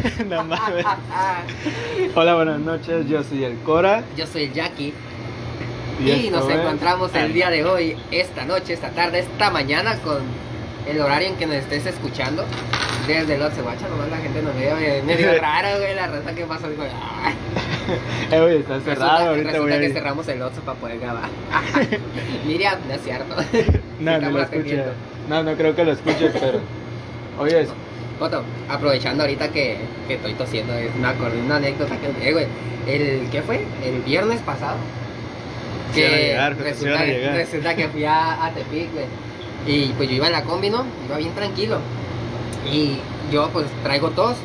No mames. Hola, buenas noches, yo soy el Cora. Yo soy el Jackie. Y Y nos esto es- encontramos el día de hoy, esta noche, esta tarde, esta mañana, con el horario en que nos estés escuchando. Desde el Otse, guacha, nomás la gente nos ve medio raro, güey, la raza que pasó. Digo, "Ay". Güey, está cerrado, ahorita voy resulta a que ir. cerramos el Otse para poder grabar. Miriam, no es cierto. No, no lo Estamos escuché. atendiendo. No creo que lo escuches, pero... Oye, Foto, aprovechando ahorita que estoy tosiendo, me acordé de una anécdota que, güey, ¿qué fue? El viernes pasado. Sí van a llegar, pero sí van a llegar. Resulta que fui a Tepic, güey. Y pues yo iba en la combi, ¿no? Iba bien tranquilo. Y yo pues traigo tos.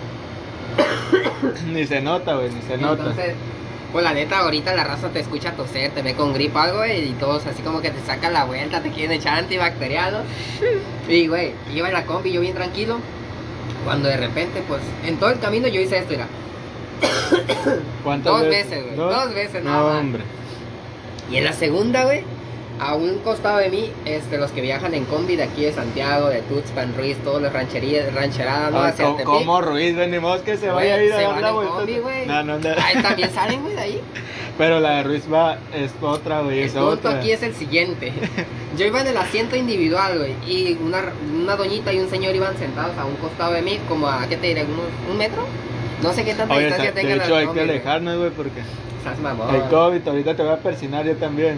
ni se nota, güey, ni se nota. Entonces, pues la neta, ahorita la raza te escucha toser, te ve con gripa algo, güey, y todos así como que te sacan la vuelta, te quieren echar antibacteriano. Y, güey, iba en la combi, yo bien tranquilo. Cuando de repente, pues, en todo el camino yo hice esto, mira. ¿Cuántas Dos veces, güey. Dos veces, nada No, más. hombre. Y en la segunda, güey, a un costado de mí, los que viajan en combi de aquí de Santiago, de Tuxpan, Ruiz, todas las rancheradas, ¿no? Hacia ¿Cómo, Tepic. cómo Ruiz? Venimos que se vaya a ir Se a dar van la en vuelta. combi, güey. No. Ahí también salen, güey, de ahí. Pero la de Ruiz va, es otra, güey, El es punto otra. aquí es el siguiente. Yo iba en el asiento individual, güey, y una doñita y un señor iban sentados a un costado de mí, como a, ¿qué te diré? ¿Un metro? No sé qué tanta Oye, distancia de tengan hecho las hay que combis, güey. alejarnos, güey, porque Estás mamón. el COVID, ahorita te voy a persinar yo también.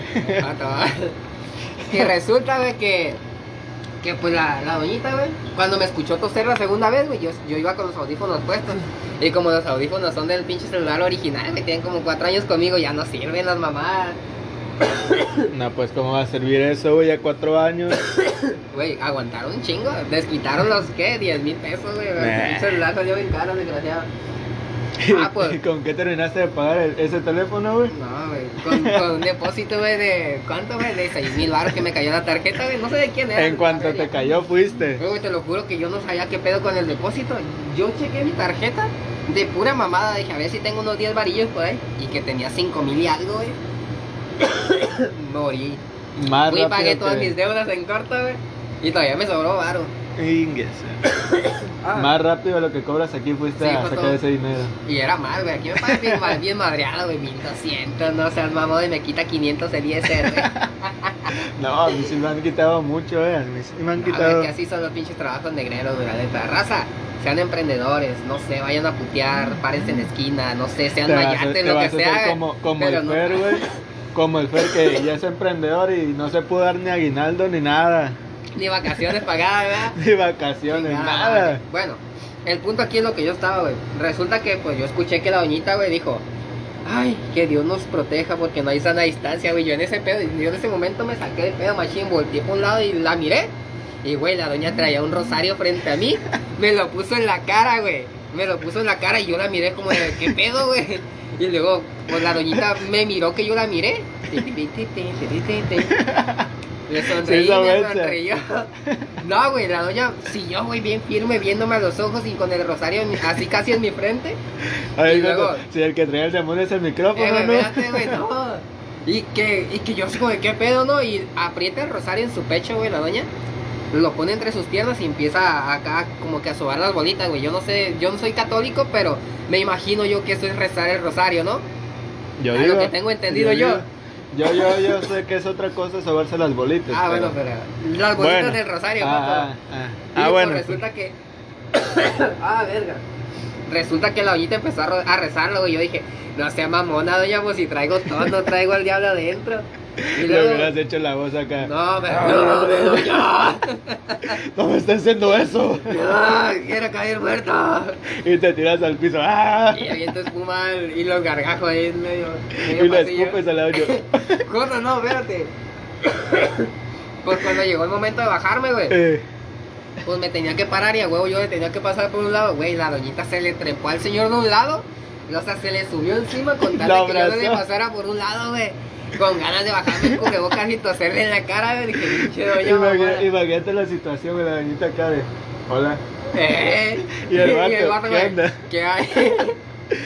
Y resulta, güey, que pues la doñita, güey, cuando me escuchó toser la segunda vez, güey, yo iba con los audífonos puestos. Y como los audífonos son del pinche celular original, güey, tienen como 4 años conmigo, ya no sirven las mamadas. No, pues, ¿cómo va a servir eso, güey, a 4 años? Güey, aguantaron un chingo, les quitaron los, ¿qué? 10,000 pesos, güey, el celular salió bien caro, desgraciado. Ah, pues. ¿Con qué terminaste de pagar ese teléfono, güey? No, güey, con un depósito, güey, de, ¿cuánto, güey? De 6,000 baros que me cayó la tarjeta, güey, no sé de quién era. En cuanto te cayó, fuiste. Güey, te lo juro que yo no sabía qué pedo con el depósito. Yo chequé mi tarjeta de pura mamada, dije, a ver si tengo unos 10 varillos por ahí. Y que tenía 5,000 y algo, güey. Morí. Más Fui y pagué rápido todas que- mis deudas en corto, güey. Y todavía me sobró varo. Ingues. Más rápido de lo que cobras aquí fuiste Sí, a fue sacar todo. ese dinero. Y era mal, güey. Aquí me pagan bien madreado, güey. 1,200, no seas mamón, y me quita 500 el ISR, güey. No, a mí sí me han quitado mucho, a mí sí me han No, quitado. güey, que así son los pinches trabajos negreros, güey, la neta. Raza, sean emprendedores, no sé, vayan a putear, párense en la esquina, no sé, sean Te vas a- mayates, te lo vas que a hacer sea. como pero el no. Fer, güey. Como el Fer que ya es emprendedor y no se pudo dar ni aguinaldo ni nada. Ni vacaciones pagadas, ¿verdad? Ni vacaciones, Chingada nada. madre. Bueno, el punto aquí es lo que yo estaba, güey. Resulta que, pues, yo escuché que la doñita, güey, dijo, ay, que Dios nos proteja porque no hay sana distancia, güey. Yo en ese momento me saqué de pedo, machín, volteé por un lado y la miré. Y, güey, la doña traía un rosario frente a mí. Me lo puso en la cara, güey. Me lo puso en la cara y yo la miré como de, ¿qué pedo, güey? Y luego, pues, la doñita me miró que yo la miré. Le sonreí, Sí, esa me mecha. sonrió. No, güey, la doña siguió, güey, bien firme, viéndome a los ojos y con el rosario así casi en mi frente. Ay, Y luego- si el que trae el demonio es el micrófono, Güey, ¿no? espérate, güey, no. Y que yo así como de, ¿qué pedo, no? Y aprieta el rosario en su pecho, güey, la doña. Lo pone entre sus piernas y empieza acá como que a sobar las bolitas, güey. Yo no sé, yo no soy católico, pero me imagino yo que eso es rezar el rosario, ¿no? Yo A digo. lo que tengo entendido yo. digo. Yo sé que es otra cosa sobarse las bolitas. Ah, bueno, pero las bolitas Bueno. del rosario, Ah, Y pues bueno. resulta que. Verga. Resulta que la doñita empezó a rezarlo, güey. Yo dije, no sea mamona, doña, pues si traigo todo, no traigo al diablo adentro. Y Le luego. hubieras hecho la voz acá. No, doña. No me está haciendo eso. No, quiero caer muerto. Y te tiras al piso. ¡Ah! Y aviento espuma y los gargajos ahí en medio Y le pasillo. escupes al audio. Corta, no, espérate. Pues cuando llegó el momento de bajarme, güey. Pues me tenía que parar y a huevo yo le tenía que pasar por un lado, güey. La doñita se le trepó al señor de un lado, y, o sea, se le subió encima con tal Lo de que yo no le abrazó. pasara por un lado, güey. Con ganas de bajarme el cubrebocas y toserle en la cara, güey. Dije, pinche doña mamona. Imagínate la situación, güey, la doñita acá de. Hola. Eh, Y el vato, ¿qué güey, onda? ¿qué hay?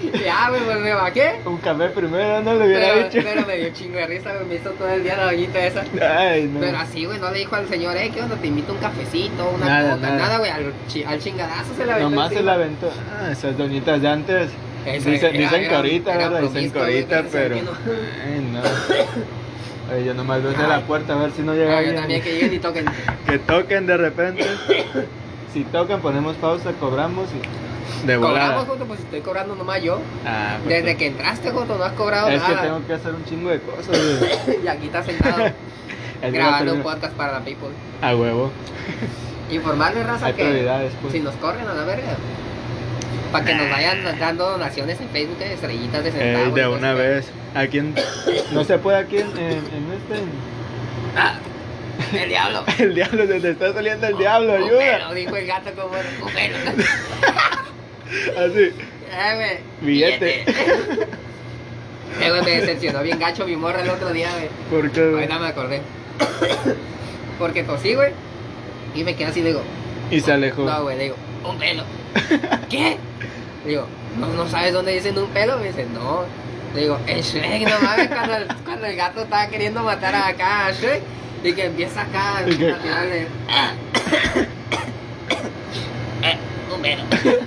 Ya, güey, pues me bajé. Un café primero, no le hubiera dicho. Pero me dio chingo de risa, güey, me hizo todo el día la doñita esa. Ay, no. Pero así, güey, no le dijo al señor, ¿qué onda? Te invito a un cafecito, una Nada, coca, nada. nada, güey, al chingadazo se la aventó. Nomás se encima. la aventó. Ah, esas doñitas de antes. Esa Dicen era que ahorita, era ¿verdad? Dicen que promiscua, güey, ahorita, decían pero. que no. Ay, no. Oye, yo nomás veo hacia la puerta a ver si no llega Ah, yo alguien. también que lleguen y toquen. Que toquen de repente. Si tocan, ponemos pausa, cobramos y. De volada. Cobramos, Joto, pues estoy cobrando nomás yo. Ah, pues Desde sí. que entraste, Joto, no has cobrado Es que nada. tengo que hacer un chingo de cosas, güey. Y aquí estás sentado Es que grabando un no podcast para la people. A huevo. Informarle, raza, Hay que prioridades, pues. si nos corren a la verga, para que nos vayan dando donaciones en Facebook de estrellitas de centavos. De y una cosas. vez. Aquí en. No se puede aquí en este. Ah, el diablo. El diablo, se te está saliendo el diablo, Un ayuda. pelo, dijo el gato como un pelo. Así. Güey. Billete. Güey, me decepcionó bien gacho mi morra el otro día, güey. ¿Por qué, güey? Ahorita me acordé. Porque tosí, güey. Y me quedé así, le digo, Y se alejó. no, güey, le digo, un pelo. ¿Qué? Le digo, ¿no sabes dónde dicen un pelo? Me dice, no. Le digo, en Shrek, no mames, cuando el gato estaba queriendo matar acá a Shrek. Y que empieza acá ¿Y qué? a tirarle. Un pelo.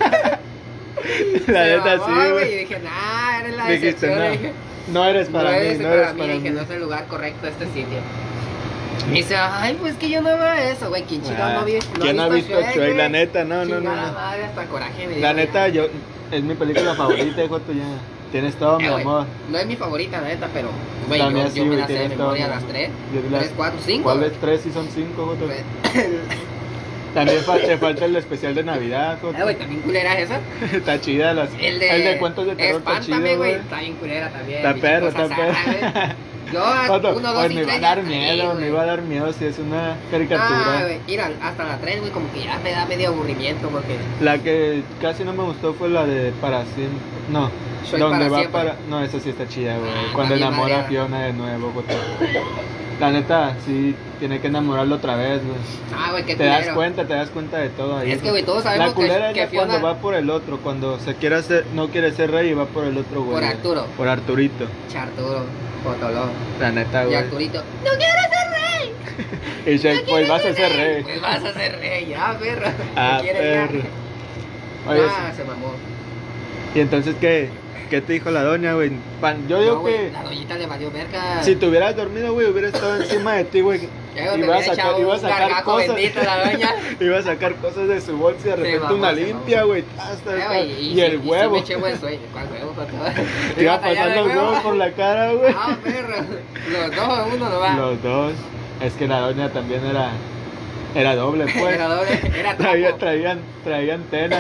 La Se neta mamó, sí, Y güey. dije, nah, eres la Dijiste, decepción. no. Le dije, No eres para no mí, eres no para eres mí, para dije, mí. no es el lugar correcto este sitio. Y dice, ay, pues que yo no veo eso, güey. ¿Quién chingado no vi? ¿Quién no ha visto Shrek? güey? La neta, no, no, Chingada no. madre, hasta coraje me dio. La neta, ya. es mi película favorita, hijo, tú ya. Tienes todo, mi Güey, amor. no es mi favorita, la neta, pero, güey, La yo, mía yo sí, me güey, la sé de tienes todo, memoria mi las amor. tres. Yo las- 3, 4, 5. ¿Cuáles tres si son cinco, Joto? Pues, También te falta el especial de Navidad, Joto. güey, también culera es esa. Está chida las. El de cuentos de terror está chido, Espántame, güey. güey. Está bien culera también. Está pinche perro, cosa está sana, perro. güey. Yo, Joto, 1, 2 pues y me 3. va a dar miedo, me va a dar miedo si es una Ah, caricatura. güey, mira, hasta la 3, güey, como que ya me da medio aburrimiento porque La que casi no me gustó fue la de Para Siempre. No, Soy donde para va siempre. para. No, esa sí está chida, güey. Ah, Cuando también enamora a madreada. Fiona de nuevo, Joto. La neta, sí, tiene que enamorarlo otra vez, güey. Ah, güey, qué Te das culero. cuenta de todo ahí. Es que, güey, todos sabemos La culera que es ya cuando Fiona- va por el otro, cuando se quiere hacer, no quiere ser rey y va por el otro, güey. Por Arturo. Por Arturito. Charturo, Potoló. La neta, Y güey. Arturito, no quiero ser rey. Y Shrek, No pues vas a quiero ser rey. Pues vas a ser rey, ya, perro. Ah, ¿Qué quiere ya? perro. Oye, Ah, se mamó. y entonces, ¿qué te dijo la doña, güey? Yo digo No, güey, que la doñita le valió verga. si te hubieras dormido, güey, hubiera estado encima de ti, güey. Ya cuando Iba a me había echado iba a un sacar gargajo cosas. bendito la doña. Iba a sacar cosas de su bolsa y de repente mamó, una se limpia, mamó. güey. Hasta Güey, y el sí huevo. me eché buen sueño. ¿Cuál huevo? Te iba a pasar los huevos por la cara, güey. Ah, perro. Los dos, uno no va. Los dos. Es que la doña también era doble, pues. Era doble, era trapo. Traía antena.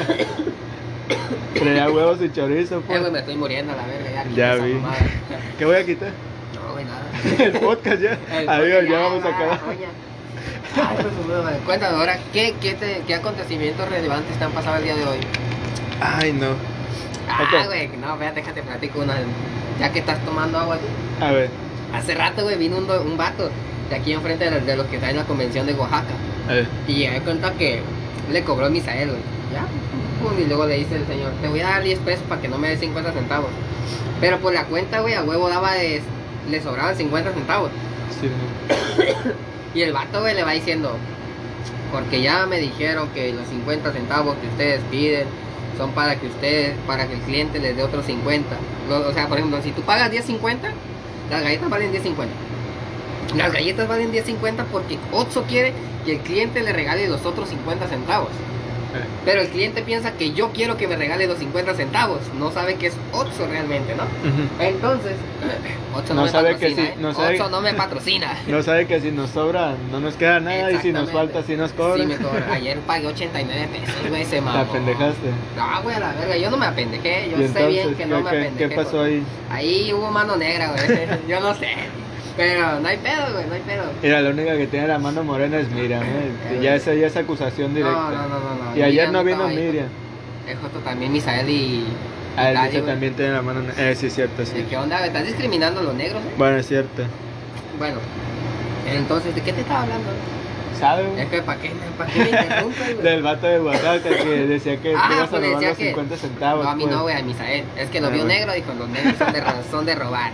Traía huevos y chorizo, Güey, pues. me estoy muriendo a la verga ya. Ya esa vi. mamada. ¿Qué voy a quitar? No, güey, nada. El podcast ya. El Adiós, podcast ya vamos a va, acabar. doña. Ay, pues, su madre. Cuéntame ahora, ¿qué acontecimientos relevantes te han pasado el día de hoy? Ay, no. Ah, Ok. güey, no, espérate, déjate platico una. Ya que estás tomando agua aquí. A ver, Hace rato, güey, vino un vato de aquí enfrente de los que están en la convención de Oaxaca. a ver. Y me di cuenta que le cobró a Misael, güey. ¿Ya? Y luego le dice el señor, te voy a dar 10 pesos para que no me des 50 centavos. Pero por la cuenta, güey, a huevo le sobraban 50 centavos. Sí, no. Y el vato, güey, le va diciendo, porque ya me dijeron que los 50 centavos que ustedes piden son para que el cliente les dé otros 50. O sea, por ejemplo, si tú pagas 10.50, las galletas valen 10.50. Las galletas valen 10.50 porque Otso quiere que el cliente le regale los otros 50 centavos. Pero el cliente piensa que yo quiero que me regale los 50 centavos. No sabe que es Otso realmente, ¿no? Ujú. Entonces, Otso no No me sabe que patrocina, sí, no sabe- Otso no me patrocina. No sabe que si nos sobra no nos queda nada y si nos Exactamente. falta sí nos cobra. Sí me cobra. Ayer pagué 89 pesos, güey, se Te mamó. apendejaste. No, güey, a la verga, yo no me apendejé. Yo Y sé bien entonces, que no me ¿qué apendejé. pasó ahí? Ahí hubo mano negra, güey. Yo no sé. Pero no hay pedo, güey, no hay pedo. Mira, la única que tiene la mano morena es Miriam, ¿eh? Ya es acusación directa. No. Y ayer Miriam no vino estaba ahí. Miriam. El Joto también, Misael y. Ah, él Daddy, dice güey. también tiene la mano sí, es cierto, sí. ¿Qué onda, güey? ¿Estás discriminando a los negros, eh? Bueno, es cierto. Bueno, entonces, ¿de qué te estaba hablando? ¿Sabe? Es que ¿para qué me interrumpes, güey? Del vato de Oaxaca que decía que te ibas a pues robar decía los que... 50 centavos. No, a mí pues. no, güey, a Misael. Es que lo Ah, vio bueno. negro, dijo, los negros son de robar.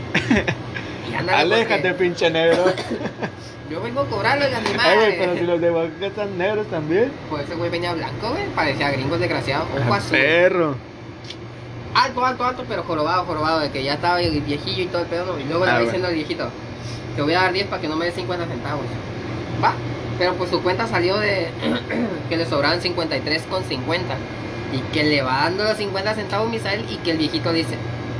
Y ándale, Aléjate, porque pinche negro. yo vengo a cobrarlo, el animal. Ay, güey, pero si los de Oaxaca están negros también. Pues ese güey venía blanco, güey, parecía gringo desgraciado, ojo Ah, azul. perro. Alto, pero jorobado, de que ya estaba el viejillo y todo el pedo, ¿no? Y luego le Ah, va bueno. diciendo al viejito, te voy a dar 10 para que no me des 50 centavos. Va, pero pues su cuenta salió de que le sobraban 53,50 y que le va dando los 50 centavos Misael y que el viejito dice,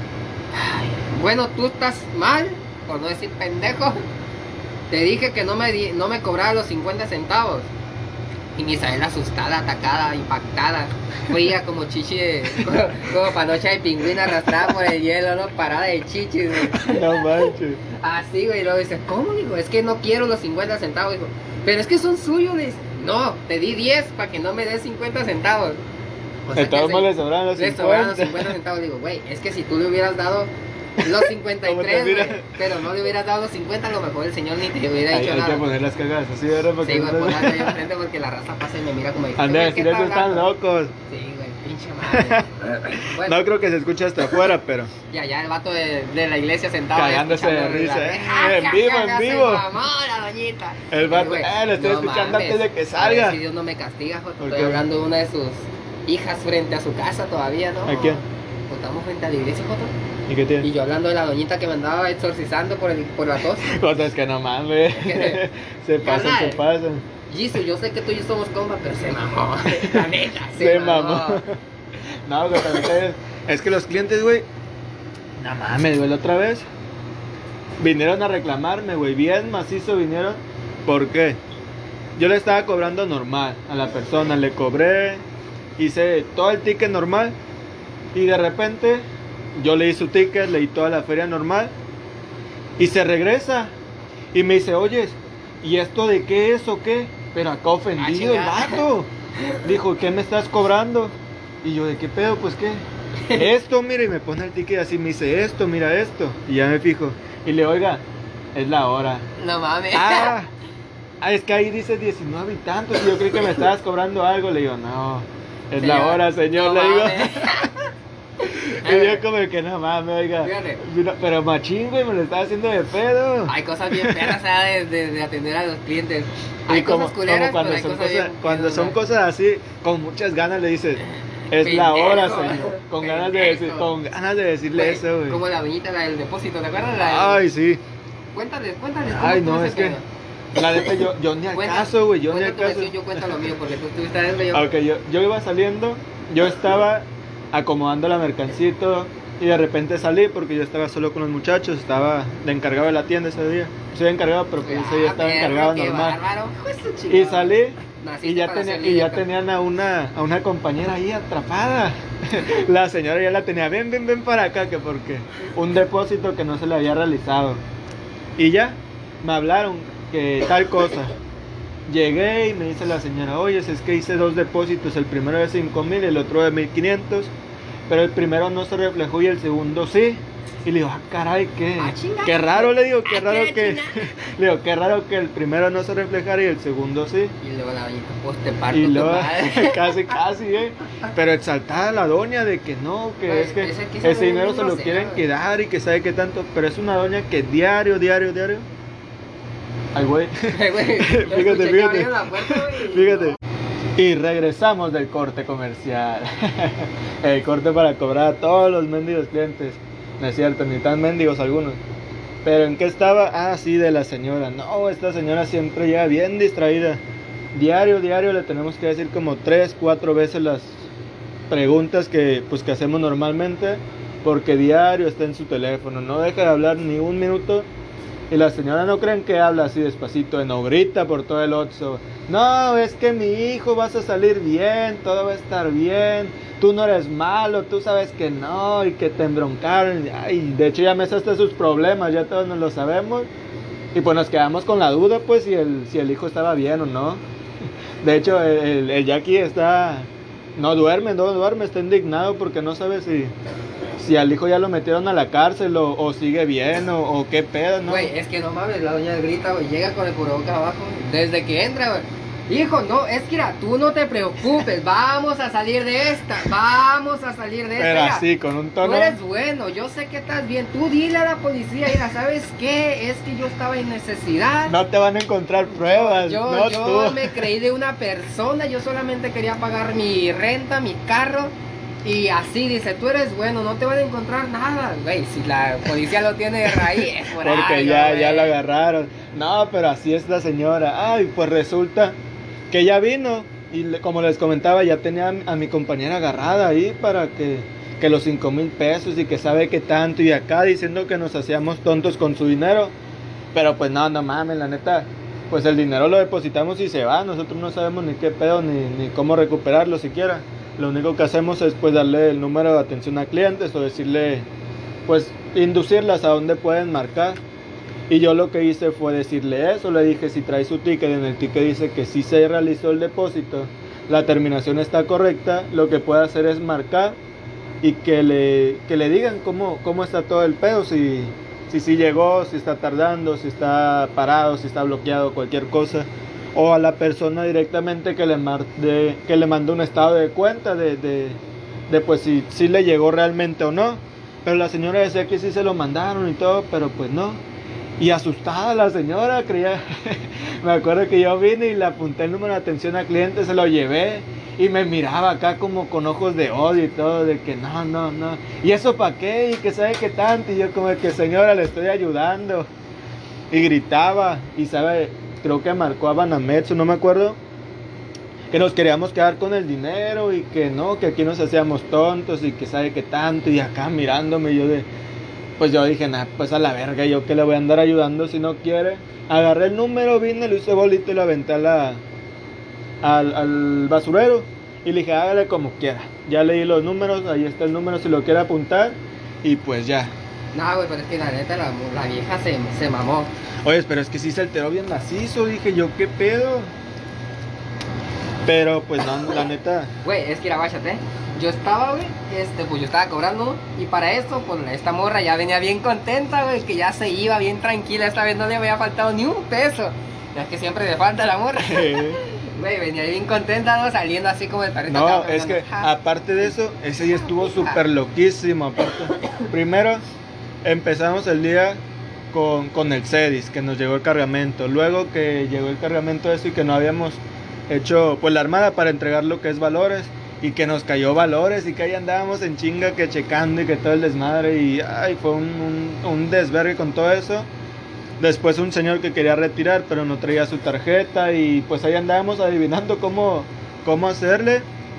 ay, bueno, tú estás mal, por no decir pendejo, te dije que no me cobraba los 50 centavos. Y Misael asustada, atacada, impactada, fría como chichi como panocha de pingüina arrastrada por el hielo, ¿no? Parada de chichis, güey. No manches. Así, güey, y luego dice, ¿cómo? Digo, es que no quiero los 50 centavos, dijo, pero es que son suyos, dice, no, te di 10 para que no me des 50 centavos. O sea, De todos que modos le sobran los le sobraron los 50. 50 centavos, digo, güey, es que si tú le hubieras dado los ¿Cómo te 53, mira? güey, pero no le hubieras dado los 50, a lo mejor el señor ni te hubiera Hay dicho que nada. poner las cagadas así, ¿verdad? Porque Sí, güey, no- ponlo ahí enfrente porque la raza pasa y me mira como diciendo, Han de "Güey, ¿qué decir está eso, están hablando?". locos. Sí, güey, pinche madre. Bueno, No creo que se escuche hasta afuera, pero ya el vato de la iglesia sentado ahí cagándose de escuchando risa, la- en vivo, en Se vivo. mamó la doñita. El vato, Güey, lo estoy no escuchando mames, antes de que a ver salga. si Dios no me castiga, joto. ¿Por Estoy qué? hablando de una de sus hijas frente a su casa todavía, ¿no? ¿A quién? Pues estamos frente a la iglesia, joto. ¿Y qué Y tiene? yo hablando de la doñita que me andaba exorcizando por la tos. Cosas que no mames. Se pasan, Carnal. se pasan. Jisoo, yo sé que tú y yo somos compas, pero se mamó. La neta, Se mamó. No, güey, también es que los clientes, güey. No mames, güey, la otra vez vinieron a reclamarme, güey. Bien macizo vinieron. ¿Por qué? Yo le estaba cobrando normal a la persona. Le cobré, hice todo el ticket normal. Y de repente yo leí su ticket, leí toda la feria normal. Y se regresa. Y me dice, oye, ¿y esto de qué es o qué? Pero acá ofendido el chingada. vato. Dijo, ¿qué me estás cobrando? Y yo, ¿de qué pedo? Pues qué. Esto, mira, y me pone el ticket así, me dice esto, mira esto. Y ya me fijo. Y le oiga, es la hora. No mames. Es que ahí dice 19 y tantos. Y yo creí que me estabas cobrando algo. Le digo, no, es la Señor, hora, señor. no Le digo. mames. Y yo como que no mames, oiga. Fíjate. Mira, pero machín, güey, me lo estaba haciendo de pedo. Hay cosas bien perras, ¿sabes? De atender a los clientes. Y Hay como, cosas culeras, como pero hay cosas bien. cuando son bien- cosas así, con muchas ganas le dices, es la hora, Pendejo. señor. Con ganas Pendejo. de decirle Güey, eso, güey. Como la doñita, la del depósito, ¿te acuerdas? La Ay, sí. Cuéntales, cómo Ay, estuvo no, ese es que pedo. la neta yo ni al Cuenta- caso, güey, yo ni cuenta al tu caso. versión, yo cuento lo mío, porque tú estuviste adentro y yo... Ok, yo iba saliendo, yo estaba acomodando la mercancía y todo, y de repente salí porque yo estaba solo con los muchachos, estaba de encargado de la tienda ese día. Soy encargado, pero pues ese día estaba perro, encargado qué normal. bárbaro, hijo de su Y chingada. salí Naciste y ya, para ser y ya líder, tenían a una compañera ahí atrapada. La señora ya la tenía, ven para acá, que porque un depósito que no se le había realizado. Y ya, me hablaron que tal cosa. Llegué y me dice la señora, oye, es que hice 2 depósitos, el primero de 5,000 y el otro de 1,500, pero el primero no se reflejó y el segundo sí. Y le digo, ah, caray, chinga. qué raro, le digo, qué raro que, chinga. le digo, qué raro que el primero no se reflejara y el segundo sí. Y luego la doñita, pues te parto Y tu luego, madre. casi, pero exaltada la doña de que no, que Güey, es que esa que esa ese doña dinero es se lo grosera, quieren güey. quedar y que sabe que tanto, pero es una doña que diario. Ay, güey. Güey, yo Fíjate, escuché que fíjate. abrieron la puerta, güey, y- Fíjate. Y regresamos del corte comercial. El corte para cobrar a todos los mendigos clientes. No es cierto, ni tan mendigos algunos. Pero ¿en qué estaba? Ah, sí, de la señora. No, esta señora siempre llega bien distraída. Diario le tenemos que decir como 3, 4 veces las preguntas que hacemos normalmente. Porque diario está en su teléfono. No deja de hablar ni un minuto. Y la señora no creen que habla así despacito, no grita por todo el Oxxo. No, es que mi hijo vas a salir bien, todo va a estar bien. Tú no eres malo, tú sabes que no y que te embroncaron. Ay, de hecho ya me sé hasta sus problemas, ya todos nos lo sabemos. Y pues nos quedamos con la duda pues si el hijo estaba bien o no. De hecho el Jackie está no duerme, está indignado porque no sabe si al hijo ya lo metieron a la cárcel o sigue bien o qué pedo, ¿no? Güey, es que no mames, la doña grita, güey, llega con el cubrebocas abajo, desde que entra, güey. Hijo, no, es que mira, tú no te preocupes, vamos a salir de esta, Pero mira, así, con un tono. tú eres bueno, yo sé que estás bien, tú dile a la policía, mira, ¿sabes qué? Es que yo estaba en necesidad. No te van a encontrar pruebas, no yo tú. me creí de una persona, yo solamente quería pagar mi renta, mi carro. Y así dice, tú eres bueno, no te van a encontrar nada, güey. Si la policía lo tiene de raíz, es por Porque algo, ya güey. lo agarraron. No, pero así es la señora. Ay, pues resulta que ya vino. Y como les comentaba, ya tenía a mi compañera agarrada ahí para que los 5,000 pesos y que sabe que tanto. Y acá diciendo que nos hacíamos tontos con su dinero. Pero pues no mames, la neta. Pues el dinero lo depositamos y se va. Nosotros no sabemos ni qué pedo ni cómo recuperarlo siquiera. Lo único que hacemos es pues darle el número de atención a clientes o decirle, pues inducirlas a dónde pueden marcar. Y yo lo que hice fue decirle eso, le dije si trae su ticket, en el ticket dice que sí se realizó el depósito, la terminación está correcta, lo que puede hacer es marcar y que le digan cómo está todo el pedo, si llegó, si está tardando, si está parado, si está bloqueado, cualquier cosa. O a la persona directamente que le mandó un estado de cuenta de pues si le llegó realmente o no. Pero la señora decía que sí se lo mandaron y todo, pero pues no. Y asustada la señora, creía. Me acuerdo que yo vine y le apunté el número de atención al cliente, se lo llevé y me miraba acá como con ojos de odio y todo, de que no. ¿Y eso para qué? Y que sabe qué tanto. Y yo como que señora, le estoy ayudando. Y gritaba y sabe, creo que marcó a Banamex, no me acuerdo, que nos queríamos quedar con el dinero y que no, que aquí nos hacíamos tontos y que sabe qué tanto. Y acá mirándome pues yo dije, nah, pues a la verga, yo que le voy a andar ayudando si no quiere. Agarré el número, vine, lo hice bolito y lo aventé al basurero. Y le dije, hágale como quiera. Ya leí los números, ahí está el número si lo quiere apuntar. Y pues ya. No, güey, pero es que la neta la vieja se mamó. Oye, pero es que sí se alteró bien macizo, dije yo, ¿qué pedo? Pero pues no, la neta. Güey, es que era, báchate. Yo estaba, güey, pues yo estaba cobrando. Y para esto, pues esta morra ya venía bien contenta, güey, que ya se iba bien tranquila. Esta vez no le había faltado ni un peso. Ya es que siempre le falta la morra. Güey, venía bien contenta, ¿no? Saliendo así como el perrito. No, acá, es que ja. aparte de eso, ese día estuvo súper loquísimo. Aparte, primero empezamos el día con el CEDIS, que nos llegó el cargamento. Luego que llegó el cargamento eso y que no habíamos hecho pues la armada para entregar lo que es valores. Y que nos cayó valores y que ahí andábamos en chinga que checando y que todo el desmadre. Y ay, fue un desvergue con todo eso. Después un señor que quería retirar pero no traía su tarjeta y pues ahí andábamos adivinando cómo hacerle.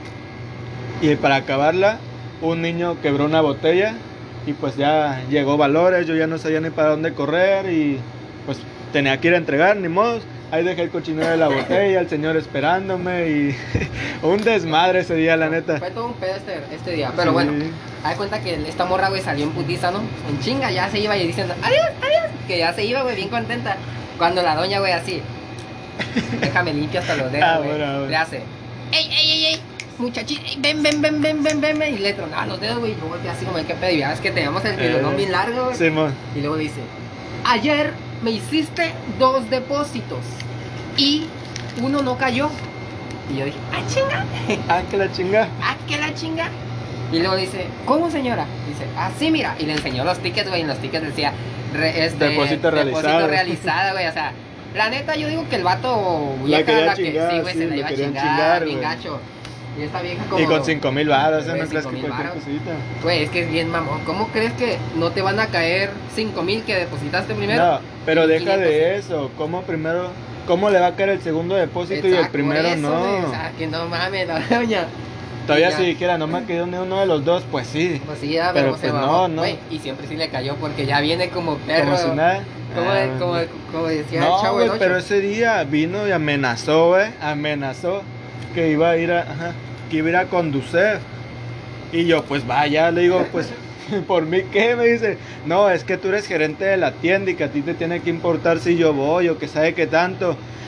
Y para acabarla, un niño quebró una botella y pues ya llegó valores, yo ya no sabía ni para dónde correr y pues tenía que ir a entregar, ni modo. Ahí dejé el cochinero de la botella, el señor esperándome y un desmadre ese día, la neta. Fue todo un pedo este día, pero Sí. bueno, haz de cuenta que esta morra, güey, salió en putiza, ¿no? En chinga, ya se iba y diciendo, adiós, que ya se iba, güey, bien contenta. Cuando la doña, güey, así, déjame limpio hasta los dedos, güey, bueno. le hace, ey, muchachito, ven, y le tronaba los dedos, güey, y yo volteé así como, ¿qué pedo? Y ya es que teníamos el pilonón bien largo, güey. Simón. Y luego dice, ayer me hiciste 2 depósitos y uno no cayó. Y yo dije, chinga. Que la chinga. Que la chinga. Y luego dice, ¿cómo, señora? Dice, sí, mira. Y le enseñó los tickets, güey. Y en los tickets decía, Depósito realizado. güey. O sea, la neta, yo digo que el vato La quería que chingar, sí, güey, sí, se la lo iba a querían chingar, chingar, bien güey. gacho. Y esta vieja como... Y con 5,000 varos, Güey, no crees que 5,000 cualquier varos. cosita. Güey, es que es bien mamón. ¿Cómo crees que no te van a caer 5,000 que depositaste primero? No, pero Y deja 500. de eso. ¿Cómo le va a caer el segundo depósito y el Exacto, primero por eso, no? güey, o sea, que no mames, la doña. Todavía Ya. si dijera, no me ha caído ni uno de los dos, pues sí. Pues sí, ya, Pero pero se pues mamó. no. Güey, y siempre sí le cayó porque ya viene como perro. Como si nada. Como decía No, el chavo güey, el 8. pero ese día vino y amenazó, güey. Amenazó que iba a ir que iba a ir a conducir. Y yo, pues vaya, le digo, pues, ¿por mí qué? Me dice, no, es que tú eres gerente de la tienda y que a ti te tiene que importar si yo voy o que sabe qué tanto.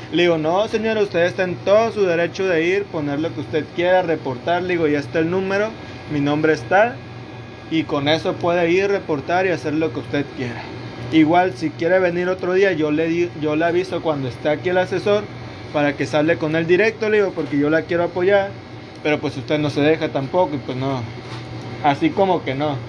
Le digo, no señora, usted está en todo su derecho de ir, poner lo que usted quiera, reportar. Le digo, ya está el número, mi nombre está, y con eso puede ir, reportar y hacer lo que usted quiera. Igual si quiere venir otro día, yo le aviso cuando esté aquí el asesor, para que sale con él directo, le digo, porque yo la quiero apoyar, pero pues usted no se deja tampoco, y pues no, así como que no.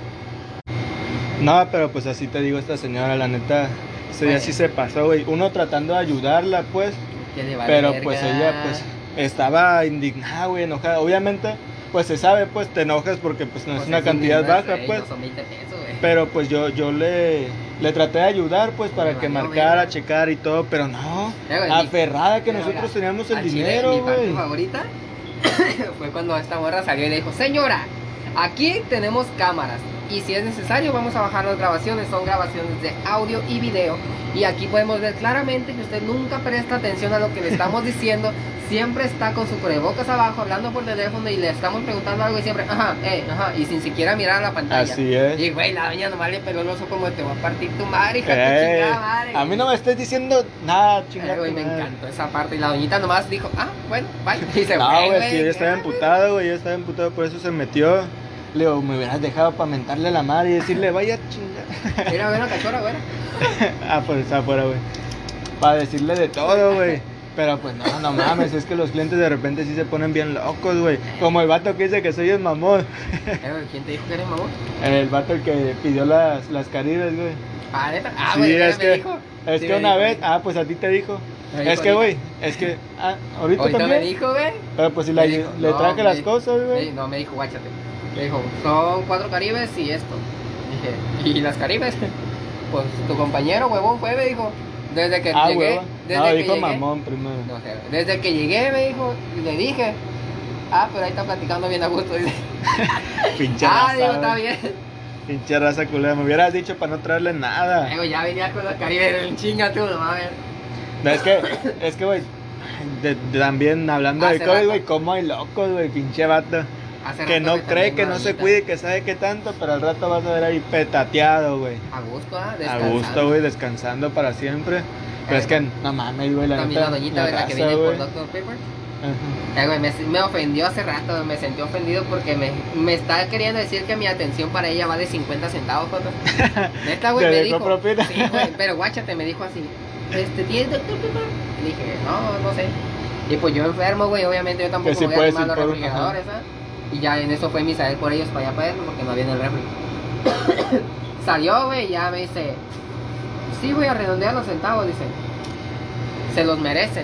No, pero pues así te digo, esta señora, la neta, ese día sí se pasó, güey. Uno tratando de ayudarla, pues, Que le vale pero verga. pues ella, pues, estaba indignada, güey, enojada. Obviamente, pues se sabe, pues, te enojas porque pues no es una cantidad baja, pues. No son 20 pesos, güey. Pero pues yo le traté de ayudar, pues, para Me que valió marcara, verga. checar y todo, pero no, Güey, aferrada que Mira, nosotros mira, teníamos el al chile, dinero, mi parte güey. favorita fue cuando esta morra salió y le dijo, señora, aquí tenemos cámaras y si es necesario vamos a bajar las grabaciones, son grabaciones de audio y video y aquí podemos ver claramente que usted nunca presta atención a lo que le estamos diciendo, siempre está con su cubrebocas abajo hablando por teléfono y le estamos preguntando algo y siempre, ajá, y sin siquiera mirar a la pantalla. Así es. Y güey, la doña nomás le peló el oso como te va a partir tu madre, hija de tu Ey, chingada madre. a mí no me estés diciendo nada, chingada. Güey, me madre. encantó esa parte y la doñita nomás dijo, bueno, bye. Y se No, fue, güey, es que ella estaba ¿qué? emputado, güey, ella estaba emputado, por eso se metió. Le digo, me hubieras dejado para mentarle a la madre y decirle, vaya chinga. Mira, ver la cachorra, güey. Ah, pues está afuera, güey. Para decirle de todo, güey. Pero pues no mames, es que los clientes de repente sí se ponen bien locos, güey. Como el vato que dice que soy el mamón. ¿Quién te dijo que eres mamón? El vato el que pidió las caribes, güey. Ah, neta. Ah, Sí, güey, es me que, dijo. es Sí, que me una dijo, vez, me pues a ti te dijo. Me dijo Es que, güey, es que, ahorita ahorita también. me dijo, güey. Pero pues si Me le dijo, le no, traje me las dijo, cosas, güey. No, me dijo, guáchate. Me dijo, son 4 caribes y esto. Dije, ¿y las caribes? Pues tu compañero, huevón, fue, me dijo. Desde que llegué. Hueva. Desde No, que dijo llegué, mamón primero. No sé, desde que llegué, me dijo, y le dije, pero ahí está platicando bien a gusto. Dice, Pinche digo, raza, está güey. bien. Pinche raza culera. Me hubieras dicho para no traerle nada. Güey, ya venía con los caribes en chinga, tú, no mames. No, es que, güey, también hablando Hace de COVID, rato. güey, cómo hay locos, güey, pinche vato. Hace Que rato no cree, también que una no se doñita. cuide, que sabe que tanto, pero al rato vas a ver ahí petateado, güey. A gusto, A descansando. gusto, güey, descansando para siempre. Pero es que, no mames, güey, la También la neta, doñita de la que raza, viene por güey. Dr. Pepper. Ajá. Güey, me ofendió hace rato, me sentí ofendido porque me está queriendo decir que mi atención para ella vale 50 centavos, Joto. Neta, güey, ¿Te me dejó dijo. propina? Sí, güey, pero guáchate, me dijo así. ¿Tienes Dr. Pepper? Le dije, no sé. Y pues yo enfermo, güey, obviamente yo tampoco Que sí voy a puedes animar los ir por- refrigeradores, ¿sabes? Y ya en eso fue mi salir por ellos para allá para adentro porque no había en el refri. Salió, güey, y ya me dice, sí, voy a redondear los centavos, dice. Se los merecen.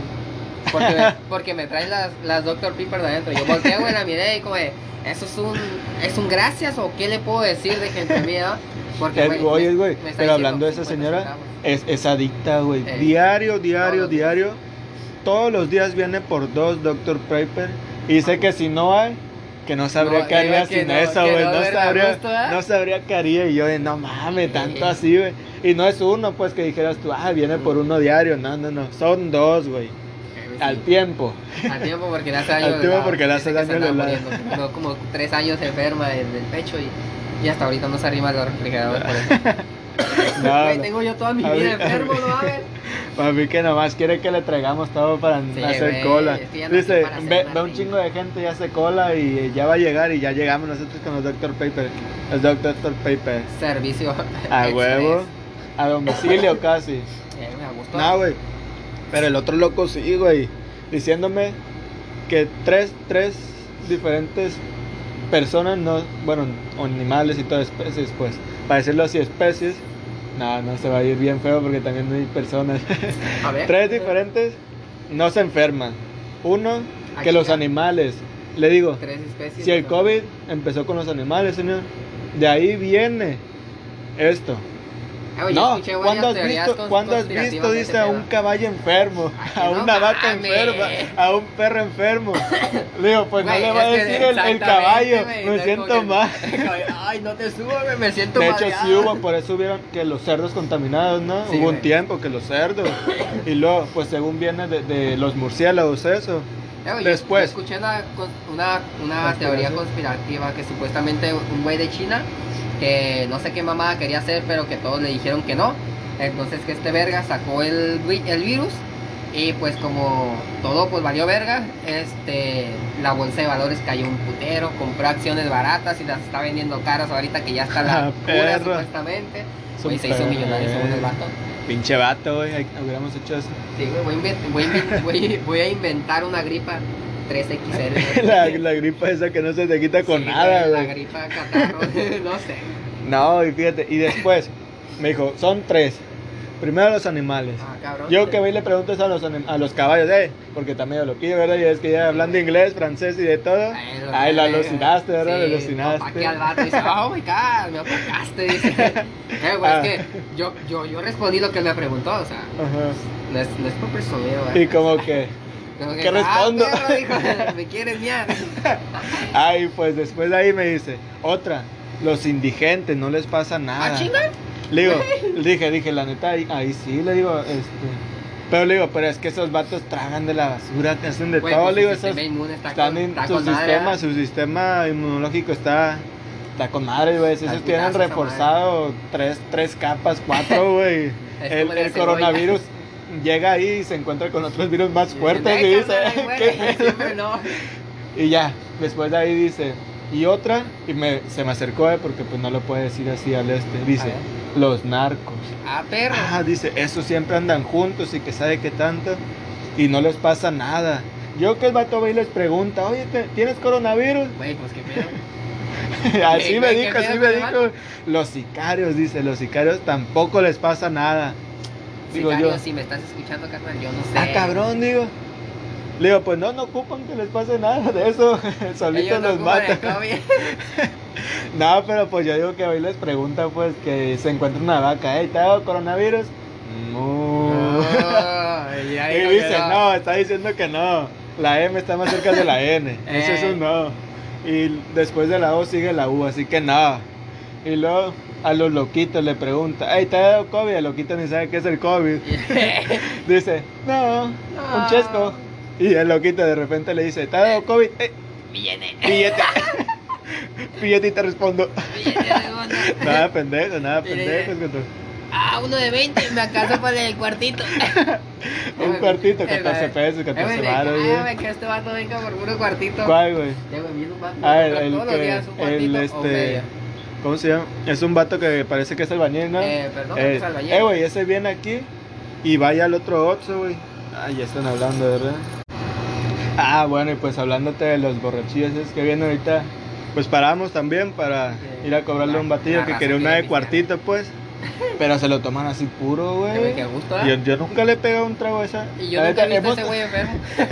Porque me traen las Dr. Pepper de adentro. Yo volteé, güey, la miré y como de, ¿eso es un gracias o qué le puedo decir de gente mía? Porque, Oye, güey, me está pero diciendo hablando de esa 50 señora, centavos. es adicta, güey. Ey. Diario, Todos los todos los días viene por 2 Dr. Pepper. Y dice que si no hay, que no sabría No, qué haría digo que sin no, eso, que güey. no, No, verga, sabría, gusto, ¿eh? no sabría qué haría. Y yo, no mames, tanto Sí. así, güey. Y no es uno, pues, que dijeras tú, viene por uno diario. No. Son 2, güey. Al tiempo. Al tiempo porque le hace daño. Al tiempo porque le hace Dice que daño se el andaba helado. muriendo. Duró como 3 años enferma del pecho y hasta ahorita no se arrima al refrigerador por eso. No, Güey, no. tengo yo toda mi A vida mí- enfermo, ¿no mames? Para mí que nomás quiere que le traigamos todo para Sí, hacer güey, cola. es que ya nací Dice, para hacer ve una un reina. chingo de gente y hace cola y ya va a llegar y ya llegamos nosotros con los Dr. Pepper. Los Dr. Pepper. Servicio. A express. huevo. A domicilio casi. Me gustó. No, güey. Pero el otro loco sí, güey. Diciéndome que tres diferentes personas, no, bueno, animales y todas especies, pues. Para decirlo así, especies. No se va a ir bien feo porque también hay personas. A ver. 3 diferentes no se enferman. Uno, Ah, que los chinga. animales. Le digo, 3 especies. si el COVID empezó con los animales, señor, de ahí viene esto. Güey, yo No, escuché ¿cuándo varias teorías ¿cuándo has conspirativas visto, de dice, ese a pedo. un caballo enfermo, Ay, a no una vaca mames. enferma, a un perro enfermo? Le digo, pues Güey, no le va a es que decir el exactamente, caballo, güey, me no es siento como que- mal. Ay, no te subo, güey, me siento De hecho, mareado. sí hubo, por eso hubieron que los cerdos contaminados, ¿no? Sí, Hubo un güey. tiempo que los cerdos. Y luego, pues según viene de los murciélagos, eso. Güey, yo Después. escuché una teoría conspirativa que supuestamente un güey de China que no sé qué mamada quería hacer, pero que todos le dijeron que no. Entonces que este verga sacó el virus Y pues como todo pues valió verga, la bolsa de valores cayó un putero, compró acciones baratas y las está vendiendo caras ahorita que ya está la cura supuestamente. Güey, se hizo millonario según el vato. Pinche vato, güey, hubiéramos hecho eso. Sí, güey, voy a inventar una gripa 3XL. La gripa esa que no se te quita con Sí, nada, güey. La gripa catarro, no sé. No, y fíjate, y después me dijo, son 3. Primero los animales. Ah, cabrón. Yo que voy y le pregunto eso a los caballos, porque también lo loquillo, ¿verdad? Y es que ya hablando inglés, francés y de todo. Ay, lo alucinaste, ¿verdad? Sí, lo alucinaste. Opaqué al vato y dice, oh my god, me opacaste, dice. Güey, es que yo respondí lo que él me preguntó, o sea, Ajá. no es por presumir, güey. Y como que, ¿qué respondo? Perro, dijo, me quieres miar. Ay, pues después de ahí me dice, otra, los indigentes, no les pasa nada. ¿Ah, chinga? Le digo, dije, la neta, ahí sí, le digo, pero le digo, pero es que esos vatos tragan de la basura, que hacen de Güey, todo, pues le digo, su sistema esos inmune está su sistema inmunológico está con madre, güey, esos tienen reforzado 3 capas, 4, güey. El coronavirus llega ahí y se encuentra con otros virus más fuertes y dice, siempre no. Y ya, después de ahí dice, y otra, se me acercó, porque pues no lo puede decir así al dice, los narcos. Ah, perro. Dice, esos siempre andan juntos y que sabe qué tanto, y no les pasa nada. Yo que el vato va y les pregunta, oye, ¿tienes coronavirus? Güey, pues qué pedo. así me dijo. Los sicarios, dice, los sicarios tampoco les pasa nada. Digo Sicario, yo, si me estás escuchando, carnal, yo no sé. Cabrón, digo. Le digo, pues no ocupan que les pase nada de eso, solitos los matan. No, pero pues yo digo que hoy les pregunta, pues, que se encuentra una vaca, ¿te ha dado coronavirus? No. Y dice, no, está diciendo que no. La M está más cerca de la N. Eso es un no. Y después de la O sigue la U, así que no. Y luego a los loquitos le pregunta, ¿te ha dado COVID? El loquito ni sabe qué es el COVID. Dice, no, un chesco. Y el loquito de repente le dice, ¿te ha dado COVID? Billete. Billete y te respondo. Nada pendejo. Uno de 20, me alcanza para el cuartito. Un cuartito, 14 pesos, 14 baros. Me que este vato venga por puro cuartito. ¿Cuál, güey? Todos los días un cuartito o medio. ¿Cómo se llama? Es un vato que parece que es albañil, ¿no? Perdón, es albañil. Güey, ese viene aquí y vaya al otro Oxxo, güey. Ya están hablando, ¿verdad? Bueno, y pues hablándote de los borrachillos es que vienen ahorita, pues paramos también para ir a cobrarle a un batillo que quería una de cuartito, pues. Pero se lo toman así puro, güey. Qué gusto, ¿eh? Yo nunca le he pegado un trago a esa. Y yo nunca he visto a ese güey enfermo.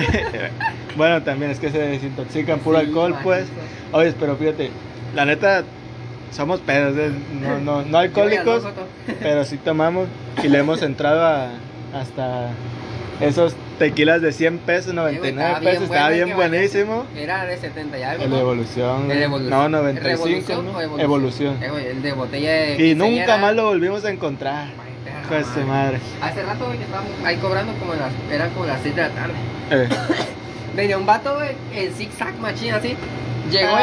Bueno, también es que se desintoxican puro alcohol, pues. Oye, pero fíjate, la neta, somos pedos, no alcohólicos, pero sí tomamos y le hemos entrado hasta esos tequilas de 100 pesos, 99 pesos, estaba bien buenísimo. Era de 70 y algo. El de Evolución. No, 95. ¿No? Evolución. El de botella de. Y nunca más lo volvimos a encontrar. Pues su madre. Hace rato, güey, que estábamos ahí cobrando eran como las 6 de la tarde. Venía un vato, güey, en zigzag machine así. Llegó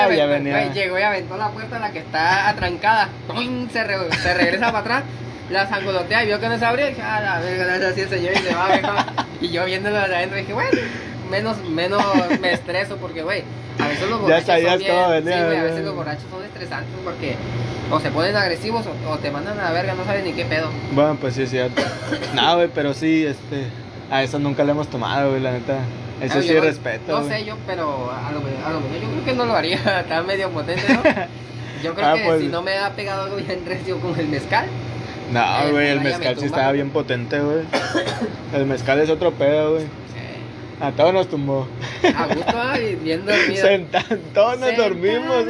y aventó la puerta a la que está atrancada. Se regresa para atrás. La sangolotea y vio que no se abría y dije, la verga, gracias así el señor y se va, viejo. Y yo viéndolo de adentro dije, bueno, menos me estreso porque, güey, a veces los borrachos ya sabías cómo venía. Sí, güey, a veces los borrachos son estresantes porque o se ponen agresivos o te mandan a la verga, no sabes ni qué pedo. Bueno, pues sí es cierto. No, güey, pero sí, a eso nunca le hemos tomado, güey, la neta. Eso sí respeto. No sé yo, pero a lo mejor yo creo que no lo haría, está medio potente, ¿no? Yo creo que pues, si no me ha pegado algo bien recio con el mezcal. No, güey, el mezcal sí estaba bien potente, güey. El mezcal es otro pedo, güey. Sí. A todos nos tumbó. A gusto, bien dormido. Todos nos dormimos,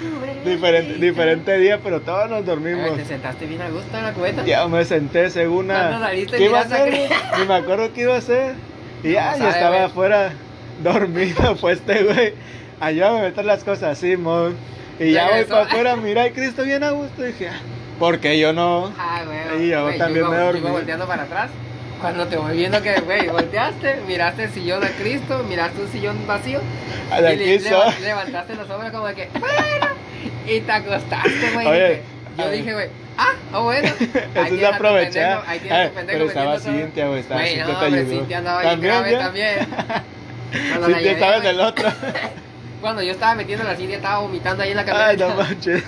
Diferente día, pero todos nos dormimos. ¿Te sentaste bien a gusto en la cubeta? Ya me senté según ¿qué iba a hacer? Ni me acuerdo qué iba a hacer. Y ya estaba afuera dormido, pues güey. Allá me meter las cosas así, mon. Y ya voy para afuera, mira, y Cristo bien a gusto. Y dije, porque yo no. Güey. Y yo también me dormí. Yo iba volteando para atrás. Cuando te voy viendo que, güey, volteaste, miraste el sillón de Cristo, miraste un sillón vacío. Y levantaste los hombros como de que, bueno. Y te acostaste, güey. Oye, Yo dije, güey, bueno. Eso es aprovechar. Ahí tienes tu pendejo Pero estaba vendiendo todo. Cintia, güey. Estaba Güey, Cintia, no, te hombre, ayudó. Cintia andaba ahí ¿También, grave ya? también. Cuando la Cintia llevé, estaba en güey, el otro. cuando yo estaba metiendo la Cintia, estaba vomitando ahí en la Ay, camioneta. no manches.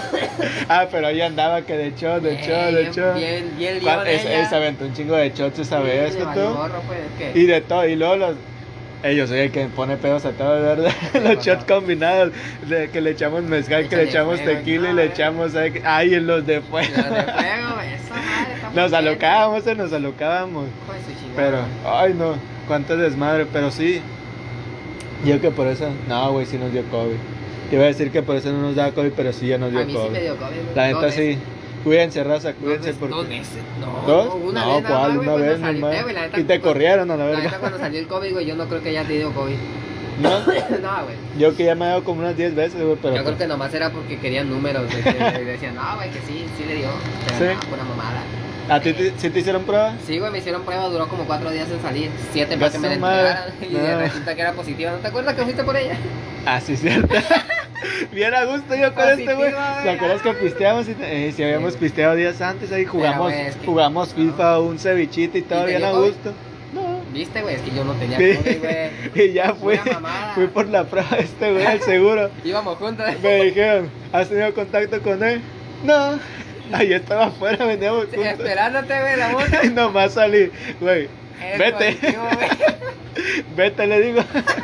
Pero ahí andaba que de shot, de shot, de shot. Bien lío de ella. Se aventó un chingo de shots esa vez, Le ¿no? valió gorro, pues, ¿qué? Y de todo, y luego ellos soy el que pone pedos a todos, ¿verdad? Los shots combinados, que le echamos mezcal, que le Échale echamos fuego, tequila y no, le echamos, ay, en los de fuego. Los de fuego, güey, esa madre está muy Nos bien. nos alocábamos. Hijo de su chingada. Pero, ay no, cuánto desmadre, pero sí. Yo que por eso, no, güey, sí nos dio COVID. Te iba a decir que por eso no nos daba COVID, pero sí ya nos dio A mí sí COVID. me dio COVID. güey. La Dos neta sí. veces. Cuídense, raza, cuídense porque. Dos veces. No, ¿Dos? una No, vez nada ¿cuál? más, güey, Una cuando vez salí, nomás. güey, la neta, Y te corrieron a la La neta, verga. cuando salió el COVID, güey, yo no creo que haya tenido COVID. ¿No? No, güey. Yo que ya me he dado como unas 10 veces, güey, pero. Yo creo que nomás era porque querían números. De que decían, no, güey, que sí le dio. Pero ¿Sí? no, pura mamada. ¿A ti sí te hicieron prueba? Sí, güey, me hicieron prueba, duró como 4 días en salir. 7 para que me la Gasto madre. entregaran. Y No. resulta que era positiva. ¿No te acuerdas que fuiste por ella? Ah, sí, cierto. Bien a gusto yo con este, güey. Positiva, ¿Te acuerdas que pisteamos? Si habíamos Sí, güey. pisteado días antes, ahí jugamos, güey, es que- jugamos FIFA, un cevichite y todo te bien dio a COVID? gusto. No. ¿Viste, güey? Es que yo no tenía Sí. COVID, güey. Y ya fui, Pura mamada. fui por la prueba de este güey al seguro. Íbamos juntos. Me dijeron, ¿has tenido contacto con él? No. Ahí estaba afuera, veníamos juntos. Esperándote, güey, la moto. Y nomás salí, güey, Es vete. positivo, güey. Vete, le digo.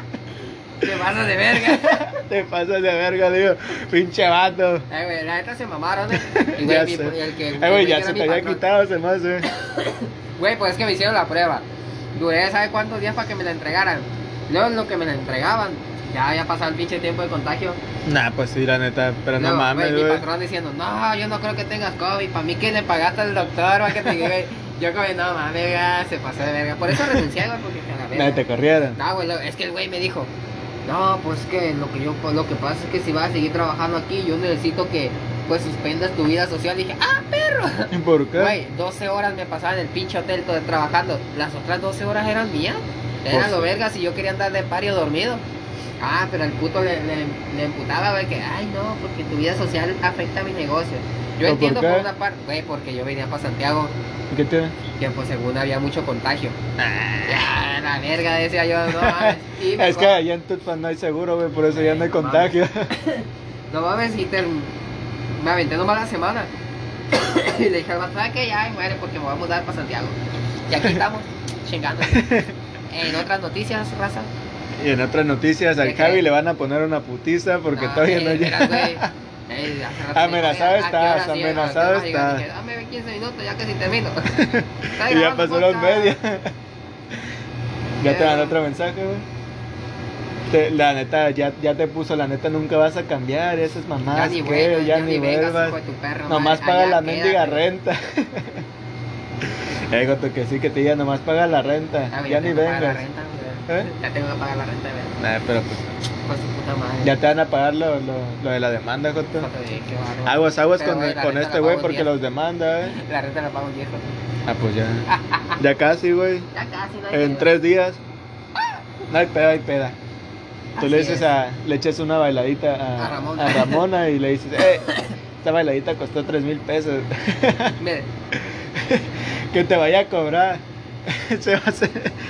Te pasas de verga. Te pasas de verga, digo, pinche vato. Güey, la neta se mamaron, Y, Ya güey, sé. el que. Güey, ya era se mi te había patrón. quitado, se me hace. Güey, pues es que me hicieron la prueba. Duré, ¿sabe cuántos días para que me la entregaran? Luego en lo que me la entregaban, ya pasado el pinche tiempo de contagio. Nah, pues sí, la neta, pero no Luego, mames, Mi güey. patrón diciendo, no, yo no creo que tengas COVID. Para mí que le pagaste al doctor, va que te güey. Yo como, no mames, verga, se pasó de verga. Por eso renuncié, güey, porque a la verga. Nah, te corrieron. No, güey, es que el güey me dijo, no, pues que lo que pasa es que si vas a seguir trabajando aquí, yo necesito que pues suspendas tu vida social. Y dije, perro. ¿Por qué? Güey, 12 horas me pasaba en el pinche hotel todo trabajando. Las otras 12 horas eran mías. Eran Pues lo sí. vergas y yo quería andar de pario dormido. Pero el puto le emputaba, güey, que, ay, no, porque tu vida social afecta a mi negocio. Yo ¿Pero entiendo por por qué? una parte, güey, porque yo venía para Santiago, ¿Qué tiene? que pues según había mucho contagio. Ya, la verga, decía yo, no mames. Y Es mejor- que allá en Tuxpan no hay seguro, güey, por eso ya no hay contagio. No mames, me aventé nomás la semana. Y le dije al vato, ¿sabes qué? Ya, muere porque me voy a mudar para Santiago. Y aquí estamos, chingando. En otras noticias, raza. Y en otras noticias, al ¿De qué? Javi le van a poner una putiza porque todavía no verás, llega. güey, hace rato Amenazado me dijo, ¿a qué hora estás, sí? amenazado ¿A qué hora llegas? estás. Dije, dame 15 minutos ya casi termino. Y ya pasó los medios. Ya te dan Ya. otro mensaje, güey. La neta, ya te puso, la neta nunca vas a cambiar, esas Ya mamás ni que vuelvas, ya ni vengas, vuelvas. hijo de tu perro, Nomás madre, paga allá la mendiga quédate. renta. Goto, que sí, que te diga, nomás paga la renta, güey, ya ni tengo que pagar la vengas. renta, güey. ¿Eh? Ya tengo que pagar la renta, güey. Nah, pero pues, Pues su puta madre. ya te van a pagar lo de la demanda, Joto. Joder, qué bárbaro. Aguas Pero, con, güey, la con renta este la güey pago porque 10. los demanda, La renta la pago un viejo. Ah, pues ya. Ya casi, güey. Ya casi, no hay En que- 3 días. No hay peda, hay peda. Tú le Así dices es. le echas una bailadita A Ramona. a Ramona y le dices, esta bailadita costó 3,000 pesos. Mire, Que te vaya a cobrar. Se va a hacer.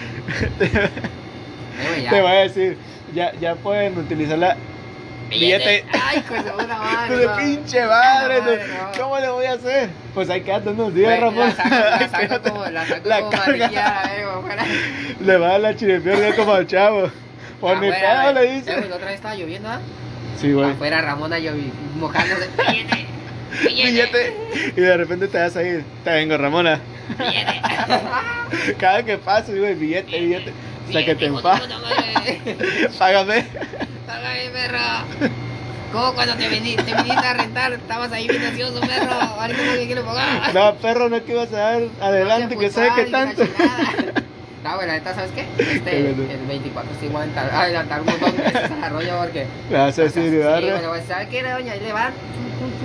güey, ya. Te va a decir, ya pueden utilizarla. Billete. Ay, con su puta madre. Tú de no. pinche madre, Madre, no. ¿cómo le voy a hacer? Pues hay que quedarte unos días, Güey, Ramón. la saco como La maniquí carga. a la verga, fuera. Le va a dar la chiripiorga como al chavo. Por mi Afuera, pedo güey. le dice. Güey, la otra vez estaba lloviendo, ¿ah? Sí, güey. Afuera Ramona mojándose. Billete. Billete. Y de repente te vas a ir. Te vengo, Ramona. Billete. Cada que pases, güey, billete. Hasta que te Hijo de enfades. puta madre. Págame. Págame, perro. ¿Cómo cuando te viniste a rentar? Estabas ahí bien ansioso, perro. Ahorita no que quiero pagar. No, perro, no que ibas a dar adelante, que sé que tanto. No, güey, la neta, ¿sabes qué? ¿Qué cosa? El 24 sí voy a adelantar un montón de veces al rollo porque... Me vas a decir, Sí, Ibarra. bueno, pues, ¿sabes qué, doña? Ahí le van.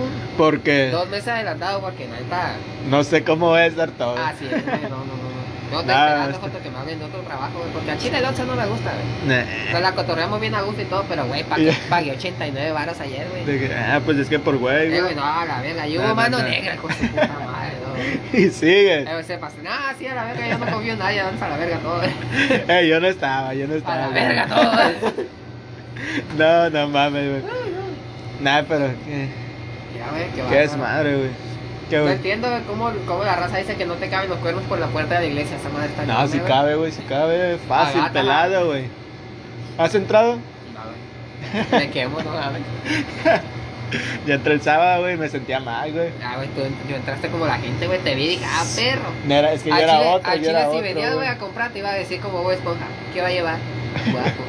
Porque 2 meses adelantado porque la neta... no sé cómo va a estar todo. Así es, güey, no. Yo estoy esperando Joto, que me hablen de otro trabajo, güey, porque al chile el 11 no me gusta, güey. Nah. Nos la cotorreamos bien a gusto y todo, pero, güey, pagué 89 varos ayer, güey. Pues es que por güey, Güey, no, a la verga, y hubo mano negra con su puta madre, ¿no? Y sigue. Se pasó, no, sí, a la verga, yo no confío en nadie, vamos a la verga todo. Yo no estaba. A la verga todo. No mames, güey. Nah, pero Ya, güey, qué desmadre, güey. No entiendo cómo la raza dice que no te caben los cuernos por la puerta de la iglesia, esa madre está No, si cabe, güey, si cabe. Fácil, Agata, pelado, güey. ¿Has entrado? No, güey. Me quemo, no mames. Ya entré el sábado, güey, me sentía mal, güey. Ah, güey, tú entraste como la gente, güey, te vi y dije, perro. No era, es que yo era otro, yo era otro. Si venías, güey, a comprar, te iba a decir como Bob Esponja, ¿qué va a llevar? Guapo.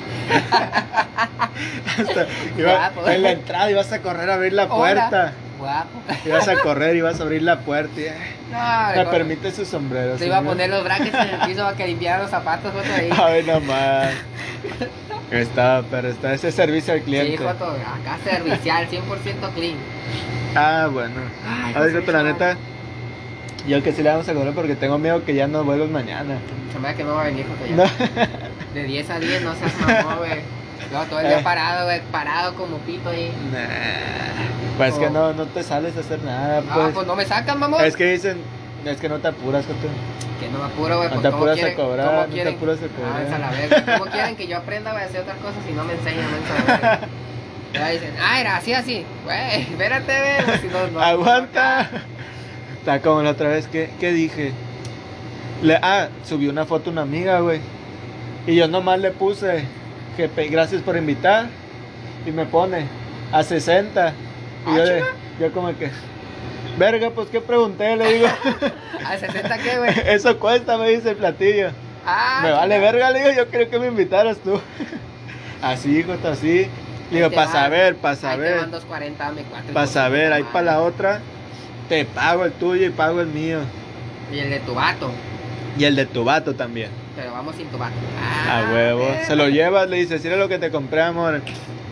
Guapo. En la entrada ibas a correr a abrir la puerta. Guapo. Ibas a correr, ibas a abrir la puerta y... No, me permite su sombrero. Te iba a poner los brackets en el piso para que limpiara los zapatos, güey, ahí. Ay, no más. Pero está ese servicio al cliente. Sí, Joto, acá servicial, 100% clean. Ah, bueno. Ay, A ver, pero la neta, yo que sí le vamos a cobrar porque tengo miedo que ya no vuelvas mañana. Se me da que no va a venir, Joto, ya. No. De 10 a 10, no seas mamón, güey. No, todo el día parado, güey, parado como pito ahí. Nah. Pues que no te sales a hacer nada, pues. Ah, pues no me sacan, mamón. Es que dicen, es que no te apuras, Joto. Que no me apuro, güey. No te apuras a cobrar, no te apuras a Ah, cobrar. esa la verga. ¿Cómo quieren que yo aprenda, güey, a hacer otras cosas si no me enseñan, mensa? Ya dicen, era así. Güey, espérate, güey. Si no, Aguanta. Está como la otra vez, ¿qué dije? Subí una foto a una amiga, güey. Y yo nomás le puse, gracias por invitar. Y me pone, a 60. Y yo como que, verga, pues ¿qué pregunté? Le digo. ¿A 60 qué, güey? Eso cuesta, me dice el platillo. Me vale verga, le digo, yo creo que me invitaras tú. Así, hijo, así. Le digo, para saber. Ahí te van 240, dame 4. Para saber, ahí para la otra, te pago el tuyo y pago el mío. Y el de tu vato. Y el de tu vato también. Pero vamos sin tu vato. A huevo. Se lo llevas, le dices, mira lo que te compré, amor.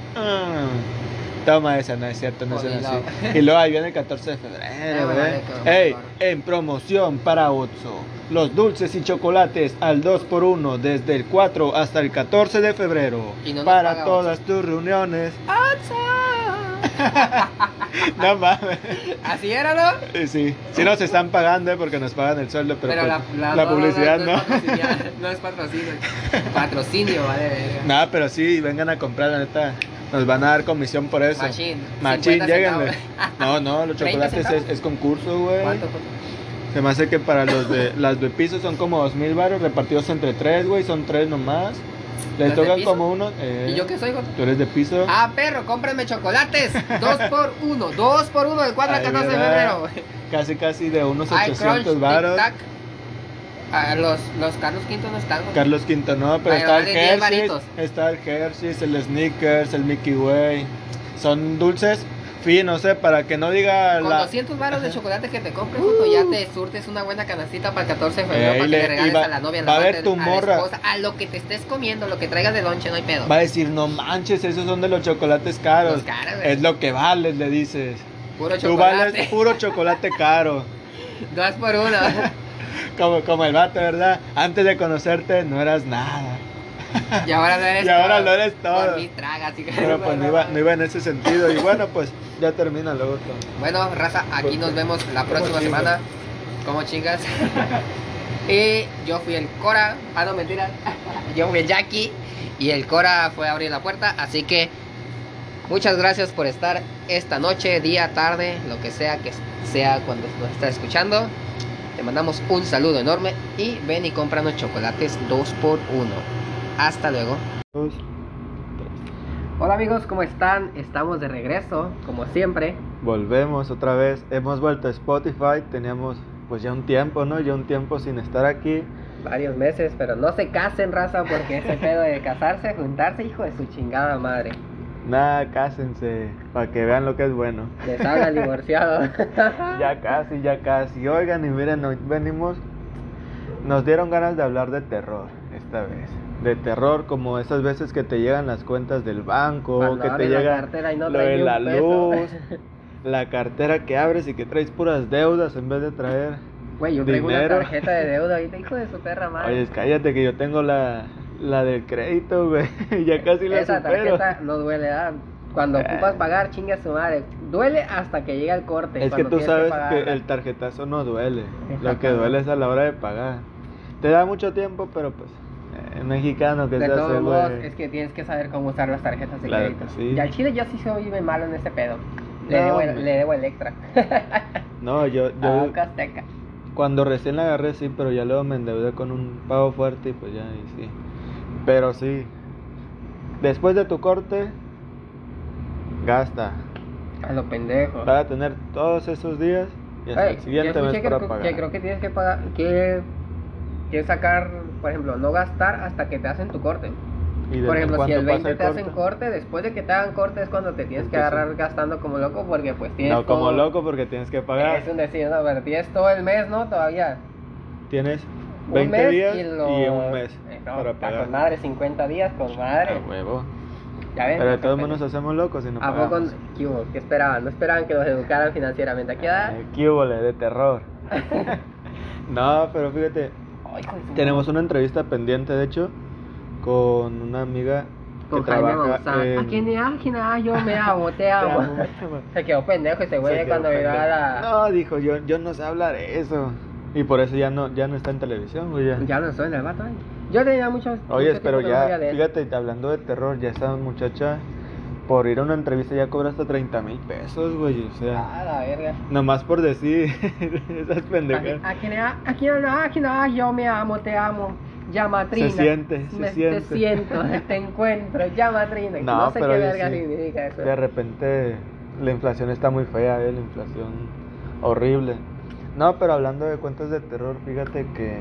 Toma esa, no es cierto, no es así. Y luego ahí viene el 14 de febrero, ¿eh? En promoción para Otso. Los dulces y chocolates al 2x1 desde el 4 hasta el 14 de febrero. Para todas tus reuniones. No mames. ¿Así era, no? Sí, sí nos están pagando porque nos pagan el sueldo, pero pues, la publicidad no. No es patrocinio. Patrocinio, vale. Nada, pero sí, vengan a comprar, la neta. Nos van a dar comisión por eso. Machín, lléguenle. No, los chocolates es concurso, güey. ¿Cuánto? Se me hace que para las de piso son como 2,000 varos repartidos entre 3, güey. Son 3 nomás. Les tocan como uno. ¿Y yo qué soy, güey? Tú eres de piso. Perro, cómprenme chocolates. 2x1. 2x1 del 4 al 14 de febrero. Casi de unos 800 varos. Los Carlos V no están, güey. Carlos V no, pero está el Hershey's. Está el Hershey's, el Snickers, el Mickey Way. Son dulces finos, para que no diga Con 200 varos de chocolate que te compres, justo ya te surtes una buena canastita para el 14 de febrero para que le regales a la novia, a la madre, a la esposa, a lo que te estés comiendo, lo que traigas de lonche, no hay pedo. Va a decir, no manches, esos son de los chocolates caros. Los caros, es lo que vales, le dices. Puro chocolate. Tú vales puro chocolate caro. 2x1. Como el vato, ¿verdad? Antes de conocerte no eras nada. Y ahora no eres todo. Y ahora no eres todo. Por mí tragas. Pero pues no iba en ese sentido. Y bueno, pues ya termina luego todo. Bueno, raza, aquí nos vemos la próxima semana. Como chingas. Y yo fui el Cora. No, mentira. Yo fui el Jackie. Y el Cora fue a abrir la puerta. Así que muchas gracias por estar esta noche, día, tarde, lo que sea cuando nos estés escuchando. Te mandamos un saludo enorme y ven y cómpranos chocolates 2x1. Hasta luego. Hola amigos, ¿cómo están? Estamos de regreso, como siempre. Volvemos otra vez. Hemos vuelto a Spotify. Teníamos pues ya un tiempo, ¿no? Ya un tiempo sin estar aquí. Varios meses, pero no se casen, raza, porque ese pedo de casarse, juntarse, hijo de su chingada madre. Nada, cásense, para que vean lo que es bueno. Les habla divorciado. Ya casi. Oigan, y miren, nos dieron ganas de hablar de terror esta vez. De terror, como esas veces que te llegan las cuentas del banco, cuando que te llega no lo de la luz, la cartera que abres y que traes puras deudas en vez de traer Güey, yo traigo una dinero. tarjeta de deuda ahorita, hijo de su perra madre. Oye, cállate que yo tengo la del crédito, güey. Ya casi la Esa supero. tarjeta no duele, ¿ah? Cuando ocupas pagar, chinga su madre. Duele hasta que llega el corte. Es que cuando tú tienes sabes pagarla. que el tarjetazo no duele. Lo que Exactamente. duele es a la hora de pagar. Te da mucho tiempo, pero pues, mexicano que De se hace, todos modos, güey. es que tienes que saber cómo usar las tarjetas de Claro crédito. que sí. Y al Chile yo sí soy bien malo en ese pedo. Le, No, debo, hombre. le debo Electra. No, yo Banco Azteca. cuando recién la agarré sí, pero ya luego me endeudé con un pago fuerte y pues ya, y sí. Pero sí, después de tu corte, gasta. A lo pendejo. Vas a tener todos esos días y hasta Ey, el siguiente yo mes escuché para pagar. que creo que tienes que pagar, que sacar, por ejemplo, no gastar hasta que te hacen tu corte. ¿Y Por desde ejemplo, si cuánto el pasa 20 te hacen corte, después de que te hagan corte es cuando te tienes que Entonces, agarrar gastando como loco porque pues tienes No, como todo- loco porque tienes que pagar. Es un decir, no, pero tienes todo el mes, ¿no? Todavía. Tienes Un 20 mes días y, y un mes no, para está pagar. con madre, 50 días con madre. A huevo. Ya ven. Pero de todos modos nos hacemos locos y no ¿A poco? pagamos. ¿Qué hubo? ¿Qué esperaban? ¿No esperaban que los educaran financieramente? ¿Aquí edad? ¿Qué húbole? De terror. No, pero fíjate, Ay, hijo de su tenemos madre. una entrevista pendiente, de hecho, con una amiga que Con Jaime trabaja Maussan. en... ¿A quién yo me amo, te amo. Se quedó pendejo ese güey Se quedó cuando miró a pendejo. la... No, dijo, yo no sé hablar eso. Y por eso ya no está en televisión, güey. Ya no suena el vato, ¿eh? Yo tenía muchos... Oye, mucho pero tiempo que no sabía ya, de él. fíjate, hablando de terror, ya esa muchacha, por ir a una entrevista ya cobra hasta 30,000 pesos, güey. O sea, Ah, la verga. nomás por decir esas pendejas. ¿A quién yo me amo, te amo? Llama Trina. Se siente, Te siente. siento, te encuentro, llama Trina. No, No sé pero qué oye, verga sí. significa eso. De repente la inflación está muy fea, la inflación horrible. No, pero hablando de cuentos de terror, fíjate que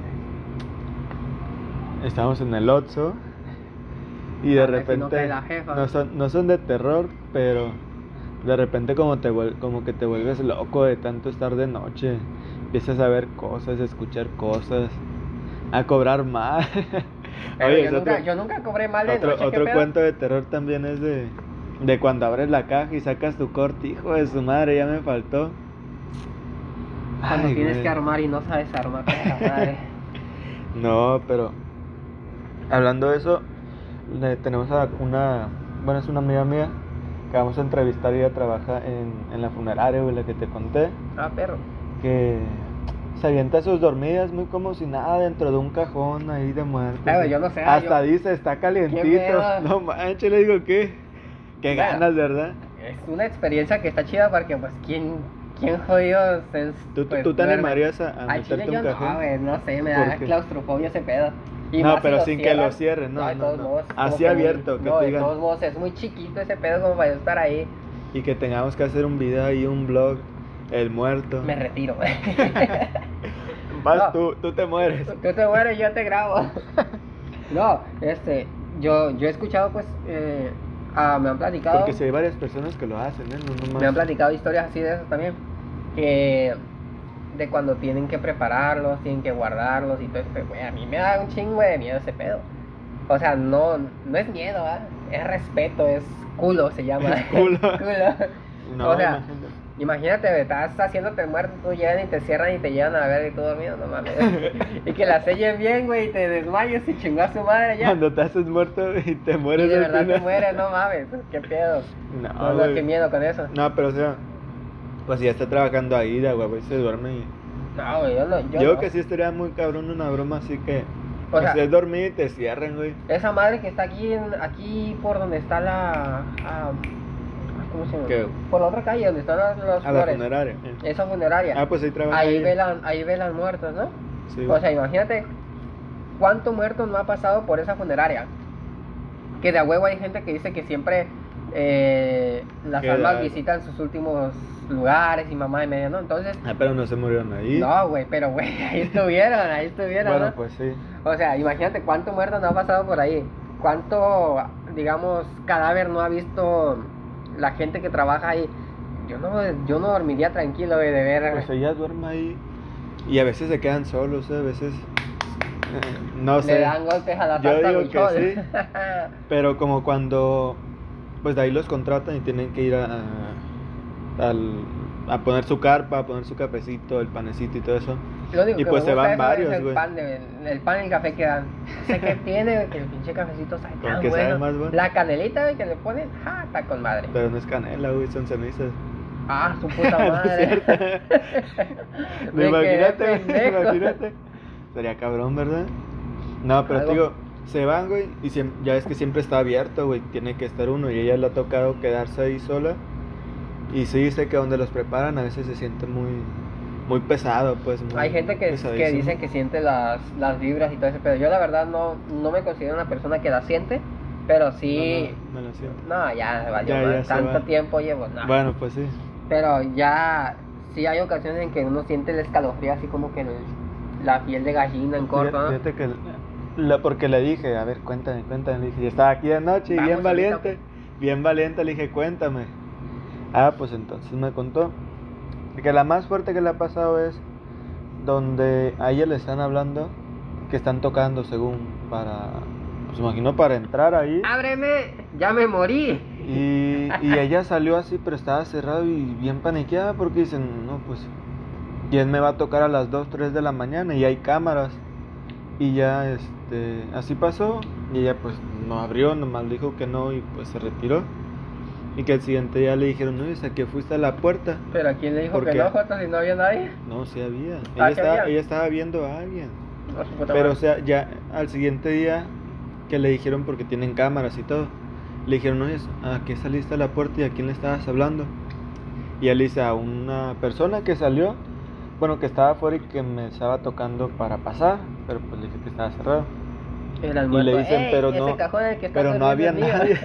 estamos en el Oxxo y de A ver si no repente cae la jefa. no son de terror, pero de repente como que te vuelves loco de tanto estar de noche. Empiezas a ver cosas, a escuchar cosas, a cobrar más. Pero Oye, yo, es nunca, yo nunca cobré mal de noche, ¿qué otro pedo? cuento de terror también es de cuando abres la caja y sacas tu corte. Hijo de su madre, ya me faltó. Cuando Ay, tienes güey. que armar y no sabes armar, puta madre. No, pero hablando de eso, tenemos a bueno, es una amiga mía que vamos a entrevistar y ella trabaja en la funeraria, güey, la que te conté, Ah, perro. que se avienta sus dormidas muy como si nada dentro de un cajón ahí de muertos. Pero yo no sé, Hasta yo- dice, está calientito. pedo? No manches, le digo, ¿qué? Qué Mira. ganas, ¿verdad? Es una experiencia que está chida porque, pues, ¿quién jodidos es? ¿Tú pues, te duerme? animarías a Al meterte chile un yo cajón? no, güey, no sé, me ¿Por da qué? claustrofobia ese pedo. Y No, más si pero lo sin que cierran. lo cierren, no, de no, todos no. modos, como Así que abierto, que no, te de digan. todos modos, es muy chiquito ese pedo como para yo estar ahí. Y que tengamos que hacer un video y un blog, el muerto. Me retiro. Vas No. tú te mueres. Tú te mueres, yo te grabo. No, yo he escuchado, pues, me han platicado. Porque si hay varias personas que lo hacen, no nomás. Me han platicado historias así de esas también. Que de cuando tienen que prepararlos, tienen que guardarlos y todo eso. Güey, a mí me da un chingo de miedo ese pedo. O sea, no es miedo, ¿ah? Es respeto, es culo se llama. Es culo. No, o sea, imagínate. imagínate, güey, estás haciéndote el muerto, tú llegan y te cierran y te llevan a ver y tú dormido, no mames. Y que la sellen bien, güey, y te desmayes y chingó a su madre ya. Cuando te haces muerto y te Y mueres de al verdad te final. mueres, no mames, qué pedo. No, güey. qué miedo con eso. No, pero o sea, pues si ya está trabajando ahí, de güey, se duerme y... No, güey, yo no. Yo creo que sí estaría muy cabrón una broma así que... O sea, estés dormido y te cierren, güey. esa madre que está aquí por donde está ¿cómo se llama? ¿Qué? Por la otra calle donde están los A la flores. funeraria. Esa funeraria. Ah, pues ahí trabaja ahí ella. velan muertos, ¿no? Sí, O güey. sea, imagínate cuánto muerto no ha pasado por esa funeraria. Que de a huevo hay gente que dice que siempre las Que almas la- visitan sus últimos lugares y mamá y media, ¿no? Entonces, Ah, pero no se murieron ahí. no, güey, pero güey, ahí estuvieron, Bueno, ¿no? pues sí. O sea, imagínate cuánto muerto no ha pasado por ahí. Cuánto, digamos, cadáver no ha visto la gente que trabaja ahí. Yo no dormiría tranquilo, güey, de ver. Pues ella duerme ahí y a veces se quedan solos, a veces no sé. Le dan golpes a la Yo tarta digo Huichol. que sí, pero como cuando pues de ahí los contratan y tienen que ir a poner su carpa, a poner su cafecito, el panecito y todo eso. Lo único Y que pues me se gusta van de eso varios, es el güey. pan, el pan y el café que dan. No sé qué tiene, güey, que el pinche cafecito sabe Como tan que sabe bueno. más bueno. La canelita, güey, que le ponen, está con madre. Pero no es canela, güey, son cenizas. Ah, su puta No es madre. cierto. Me quedé Imagínate, pendejo. imagínate. Sería cabrón, ¿verdad? No, pero te Algo. digo, se van, güey, y ya es que siempre está abierto, güey, tiene que estar uno, y a ella le ha tocado quedarse ahí sola. Y sí, sé que donde los preparan a veces se siente muy pesado, pues. Muy Hay gente que pesadísimo. dicen que siente las vibras y todo ese pedo. Yo la verdad no me considero una persona que la siente, pero sí... No, me lo siento. No, ya valió, Ya, man. ya se Tanto va. tiempo llevo, no. Bueno, pues sí. Pero ya, sí hay ocasiones en que uno siente el escalofrío, así como que la piel de gallina en corto, ¿no? Fíjate que porque le dije, a ver, cuéntame, le dije, yo estaba aquí de noche y Vamos bien valiente, le dije, cuéntame. Ah, pues entonces me contó que la más fuerte que le ha pasado es donde a ella le están hablando que están tocando según pues imagino para entrar ahí. ¡Ábreme! ¡Ya me morí! Y ella salió así, pero estaba cerrado y bien paniqueada porque dicen, no, pues, ¿quién me va a tocar a las 2, 3 de la mañana? Y hay cámaras. Y ya, así pasó. Y ella, pues, no abrió, nomás dijo que no y pues se retiró. Y que al siguiente día le dijeron, no, ¿hasta que fuiste a la puerta? ¿Pero a quién le dijo ¿Por que qué? no, Jota, si no había nadie? No, sí había. Ah, ¿sí había? Ella estaba viendo a alguien. No, su puta Pero, madre. o sea, ya al siguiente día que le dijeron, porque tienen cámaras y todo, le dijeron, oye, ¿a qué saliste a la puerta y a quién le estabas hablando? Y él dice, a una persona que salió, bueno, que estaba afuera y que me estaba tocando para pasar, pero pues le dije que estaba cerrado. Era el Y muerto. le dicen, "Ey, pero ese no, cajón en el que está pero no había durmiendo es mío".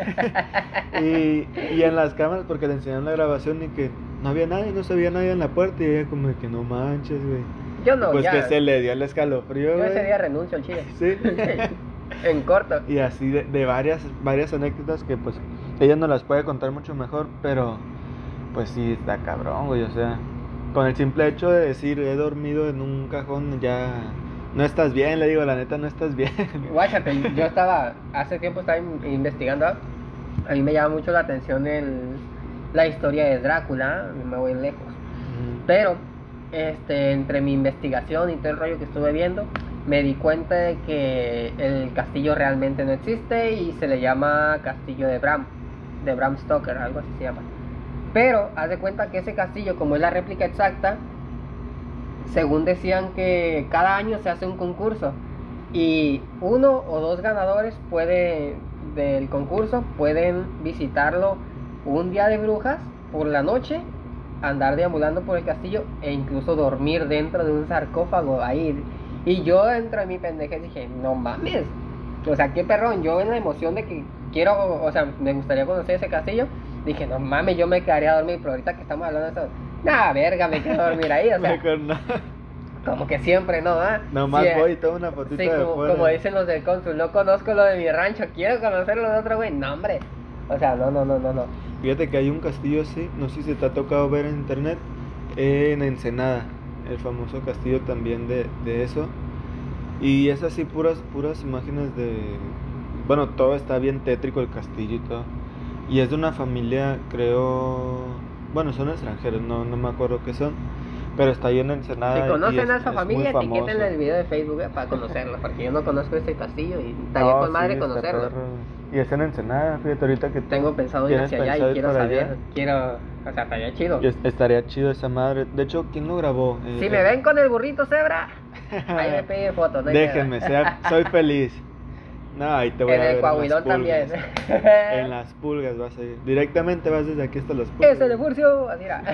nadie. y en las cámaras, porque le enseñaron la grabación y que no había nadie, no se veía nadie en la puerta y ella como de que no manches, güey. Yo no, Pues ya. que se le dio el escalofrío, Yo güey. ese día renuncio al chile. Sí. En corto. Y así de varias anécdotas que pues ella no las puede contar mucho mejor, pero pues sí está cabrón, güey, o sea, con el simple hecho de decir he dormido en un cajón ya no estás bien, le digo, la neta no estás bien. Guáchate, yo hace tiempo estaba investigando, a mí me llama mucho la atención la historia de Drácula, me voy lejos, pero entre mi investigación y todo el rollo que estuve viendo, me di cuenta de que el castillo realmente no existe y se le llama Castillo de Bram Stoker, algo así se llama. Pero haz de cuenta que ese castillo, como es la réplica exacta, según decían que cada año se hace un concurso y 1 o 2 ganadores del concurso pueden visitarlo un día de brujas por la noche, andar deambulando por el castillo e incluso dormir dentro de un sarcófago ahí. Y yo entre mi pendeje dije, no mames, o sea, qué perrón. Yo en la emoción de que quiero, o sea, me gustaría conocer ese castillo, dije, no mames, yo me quedaría a dormir, pero ahorita que estamos hablando de eso, nah, verga, me quedo a dormir ahí, o sea, Mejor no. como que siempre, ¿no? ¿Ah? Nomás Sí, voy y tomo una fotito sí, de fuera. como dicen los del cónsul, no conozco lo de mi rancho, quiero conocerlo de otro güey, no hombre, o sea, no. Fíjate que hay un castillo así, no sé si te ha tocado ver en internet, en Ensenada, el famoso castillo también de eso. Y es así puras imágenes bueno, todo está bien tétrico el castillo y todo. Y es de una familia, creo, bueno, son extranjeros, no me acuerdo qué son, pero está ahí en Ensenada. Si conocen a es esa muy familia, famoso. etiquétenle el video de Facebook para conocerlo, porque yo no conozco este castillo y estaría No, con madre sí, está conocerlo. perro. Y es en Ensenada, fíjate ahorita que Tengo pensado ir ¿tienes hacia allá pensado y ir quiero para saber, allá? o sea, estaría chido. Estaría chido esa madre. De hecho, ¿quién lo grabó? Si me ven con el burrito cebra, ahí me pide foto, no hay Déjenme, pedo. soy feliz. No, ahí te voy En a ver. el en Coahuilón las también. pulgas. En las pulgas vas a ir. Directamente vas desde aquí hasta las pulgas. Ese de Furcio, así era.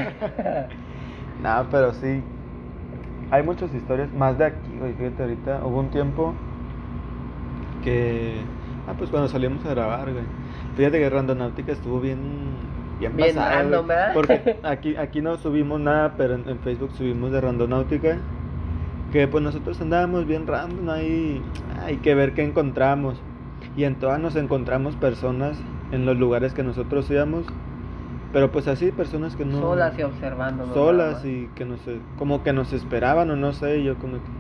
No, pero sí. Hay muchas historias más de aquí, güey. Fíjate, ahorita hubo un tiempo que. Pues cuando salimos a grabar, güey. Fíjate que Randonáutica estuvo bien pasada, random, güey. ¿verdad? Porque aquí no subimos nada, pero en Facebook subimos de Randonáutica. Que pues nosotros andábamos bien random ahí. Hay que ver qué encontramos. Y en todas nos encontramos personas en los lugares que nosotros íbamos. Pero pues así, personas que no. Solas y observando. Solas y que como que nos esperaban o no sé. Y yo como que.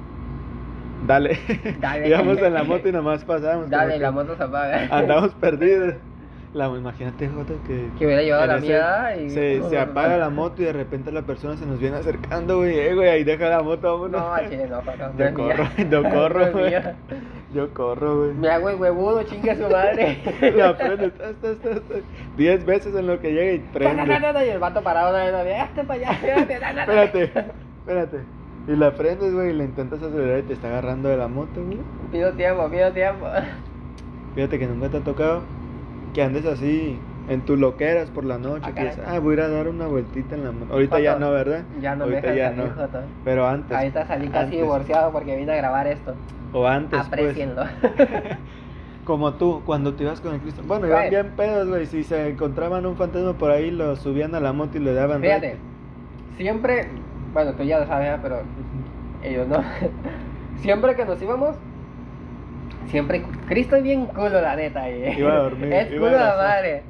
Dale. Dale. Íbamos en la moto y nomás pasábamos. Dale, como la que moto se apaga. andamos perdidos. Imagínate, Jota, Que hubiera llevado en la ese- mía y... se apaga la moto y de repente la persona se nos viene acercando, güey, ahí deja la moto, vámonos. No, chile, no, papá. Yo corro, yo corro, No es güey. mía. Yo corro, güey. Me hago el huevudo, chingue su madre. La prende, 10 veces en lo que llega y prende. Y el vato parado una vez, hazte para allá, Espérate. Y la prendes, güey, y la intentas acelerar y te está agarrando de la moto, güey. Pido tiempo. Fíjate que nunca te ha tocado que andes así en tus loqueras por la noche. Ah, Que dices, caray. voy a ir a dar una vueltita en la moto. Ahorita ya Joto, no, ¿verdad? Ya no me Ahorita dejan ya salir, no. Joto. Pero antes. Ahorita salí casi antes. divorciado porque vine a grabar esto. O antes, Aprecienlo. pues. Como tú, cuando te ibas con el Cristo. Bueno, iban Güey. bien pedos, güey. Si se encontraban un fantasma por ahí, lo subían a la moto y le daban Fíjate, rete. siempre, bueno, tú ya lo sabes, pero ellos no. Siempre que nos íbamos, siempre, Cristo es bien culo, la neta. Iba a dormir, Es iba a culo la abrazar. madre.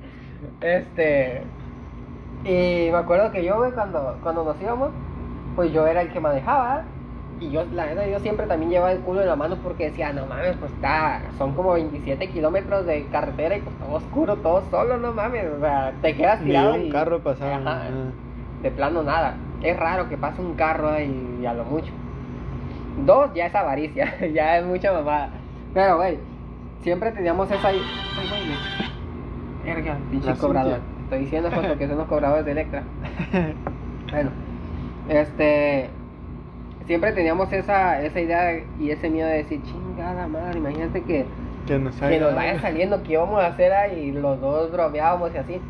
Y me acuerdo que yo, güey, cuando nos íbamos, pues yo era el que manejaba. Y yo, la neta, yo siempre también llevaba el culo en la mano porque decía, no mames, pues son como 27 kilómetros de carretera y pues todo oscuro, todo solo, no mames. O sea, te quedas Ni tirado un y... carro pasaba. Ajá. nada. De plano nada. Es raro que pase un carro y a lo mucho. 2 ya es avaricia, ya es mucha mamada. Pero, güey, siempre teníamos esa ahí. Ay, güey, verga, pinche La cobrador. Cintia. Estoy diciendo eso porque son los cobradores de Electra. Bueno, siempre teníamos esa idea y ese miedo de decir, chingada madre, imagínate que Que que nos vaya saliendo, ¿qué vamos a hacer ahí? Y los dos bromeábamos y así.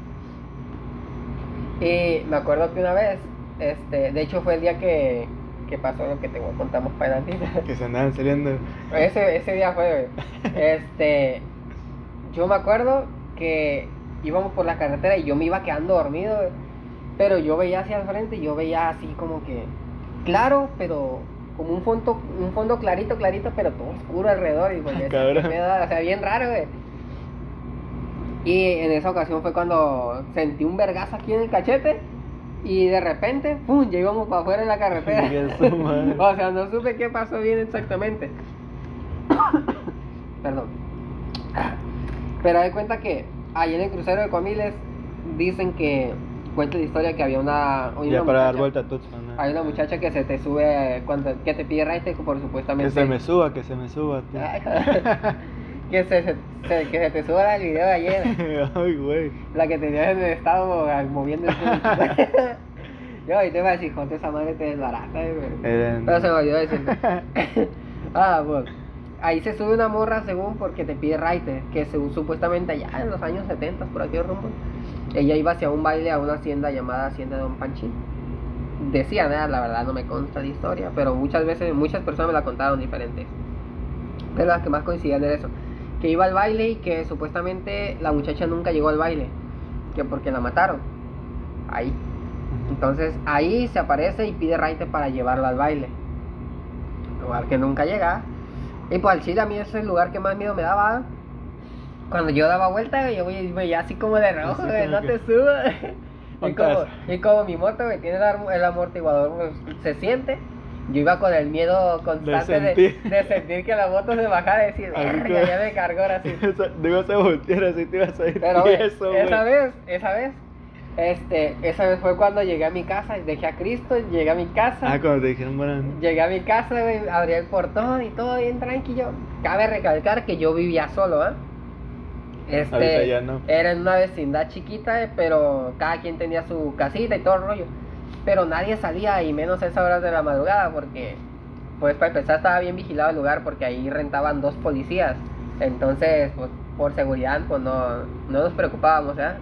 Y me acuerdo que una vez, de hecho fue el día que pasó lo que te contamos para adelante. Que se andaban saliendo. Ese día fue, güey. Yo me acuerdo que íbamos por la carretera y yo me iba quedando dormido, güey. Pero yo veía hacia el frente y yo veía así como que claro, pero como un fondo clarito, pero todo oscuro alrededor. Y pues, Cabrón. o sea, bien raro, güey. Y en esa ocasión fue cuando sentí un vergazo aquí en el cachete. Y de repente, ¡pum!, llegamos para afuera de la carretera. Chingue su madre. O sea, no supe qué pasó bien exactamente. Perdón. Pero hay cuenta que ahí en el crucero de Comiles dicen que cuenta la historia que había una Ya para dar muchacha- vuelta a Tucson. ¿no? hay una muchacha que se te sube que te pide raite por Que supuestamente se me suba, tío. Ay, que se te suba el video de ayer, Ay, güey. la que tenías en el estado moviendo el culo. Yo ahorita iba a decir, joder, esa madre te desbarata, güey. Pero se me olvidó decirlo. Pues ahí se sube una morra según porque te pide raite, que supuestamente allá en los años 70 por aquí rumbo, ella iba hacia un baile a una hacienda llamada Hacienda Don Panchín. Decía, nada, la verdad no me consta la historia, pero muchas personas me la contaron diferente. Pero las que más coincidían era eso, que iba al baile y que supuestamente la muchacha nunca llegó al baile, que porque la mataron. Ahí. Entonces ahí se aparece y pide raite para llevarla al baile. Lugar que nunca llega. Y pues al chile a mí ese es el lugar que más miedo me daba. Cuando yo daba vuelta, güey, yo veía así como de rojo, Así güey, como no que- te subas. Pontas. Y como mi moto, güey, tiene el amortiguador, pues, se siente. Yo iba con el miedo constante de sentir que la moto se bajara y decir, Así verga, como- ya me cargó ahora sí. Te ibas a voltear así, te ibas a ir. Pero, güey, tieso, güey. esa vez fue cuando llegué a mi casa, dejé a Cristo, llegué a mi casa. Cuando te dijeron, bueno. Llegué a mi casa, güey, abrí el portón y todo bien tranquilo. Cabe recalcar que yo vivía solo, ¿eh? Ahorita ya no. Era en una vecindad chiquita, pero cada quien tenía su casita y todo el rollo. Pero nadie salía, y menos a esas horas de la madrugada, porque, pues para empezar estaba bien vigilado el lugar, porque ahí rentaban 2 policías. Entonces, pues por seguridad, pues no nos preocupábamos, ¿eh?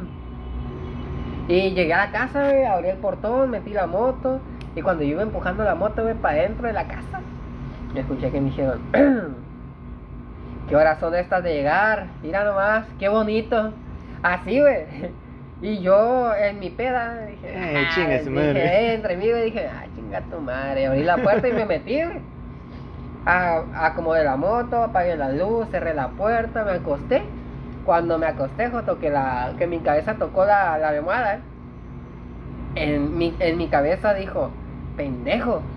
Y llegué a la casa, güey, abrí el portón, metí la moto. Y cuando yo iba empujando la moto, güey, para adentro de la casa, escuché que me dijeron, ¿qué horas son estas de llegar? Mira nomás, qué bonito. Así, güey. Y yo en mi peda dije, chinga su madre. dije, entre mí, güey, dije, chinga tu madre. Abrí la puerta y me metí, güey. Acomodé la moto, apagué la luz, cerré la puerta, me acosté. Cuando me acosté, Joto, que mi cabeza tocó la almohada, en mi cabeza dijo, pendejo,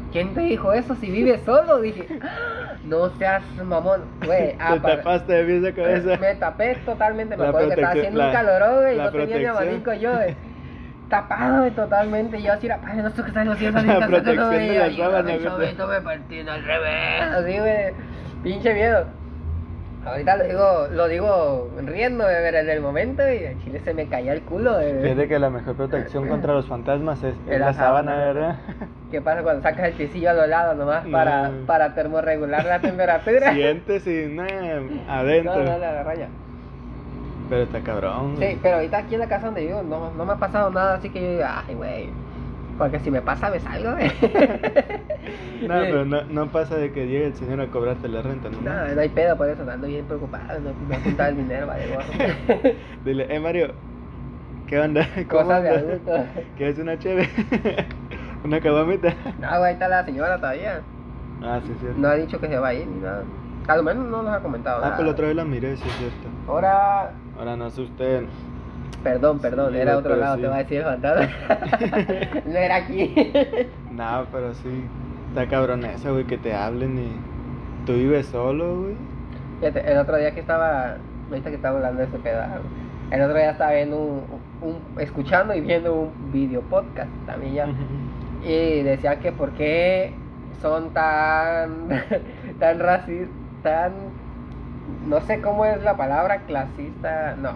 ¿quién te dijo eso si vives solo? Dije, "Ah, no seas mamón, güey. Te tapaste de pies de cabeza. Me tapé totalmente, me La acuerdo que estaba protección, haciendo un calorón, güey, y la no tenía ni protección. abanico yo, güey. Tapado, güey, totalmente. Y yo así, padre, no sé qué están haciendo. La protección de la sábana, güey. güey. Me partí al revés, así, güey. Pinche miedo. Ahorita lo digo riendo, güey, pero en el momento, y en Chile se me caía el culo, güey. Fíjate que la mejor protección contra los fantasmas es Es la la sábana, sábana. ¿verdad? ¿Qué pasa cuando sacas el piecillo a los lados nomás No. para termorregular la temperatura? Sientes y adentro. No, la raya. Pero está cabrón. Sí, pero ahorita aquí en la casa donde vivo no me ha pasado nada, así que yo digo, ay, güey. Porque si me pasa, me salgo, güey. No, pero no pasa de que llegue el señor a cobrarte la renta, ¿no? No hay pedo por eso, ando bien preocupado, no me he juntado el dinero, vale, gorro. Dile, Mario, ¿qué onda? ¿Cómo Cosas de andas? adultos. ¿Quieres una cheve? ¿Una caguamita? No, güey, ahí está la señora todavía. Ah, sí, es cierto. No ha dicho que se va a ir ni nada. A lo menos no nos ha comentado Ah, nada. pues la otra vez la miré, sí es cierto. Ahora, Ahora no asusten. perdón, Sí, era otro pero lado, sí. te va a decir el fantasma. No era aquí. No, pero sí. Está cabrón eso, güey, que te hablen y... ¿Tú vives solo, güey? Fíjate, el otro día que estaba, ahorita que estaba hablando de ese pedazo, el otro día estaba viendo escuchando y viendo un video podcast también ya. Y decía que por qué son tan racistas, no sé cómo es la palabra, clasista, no.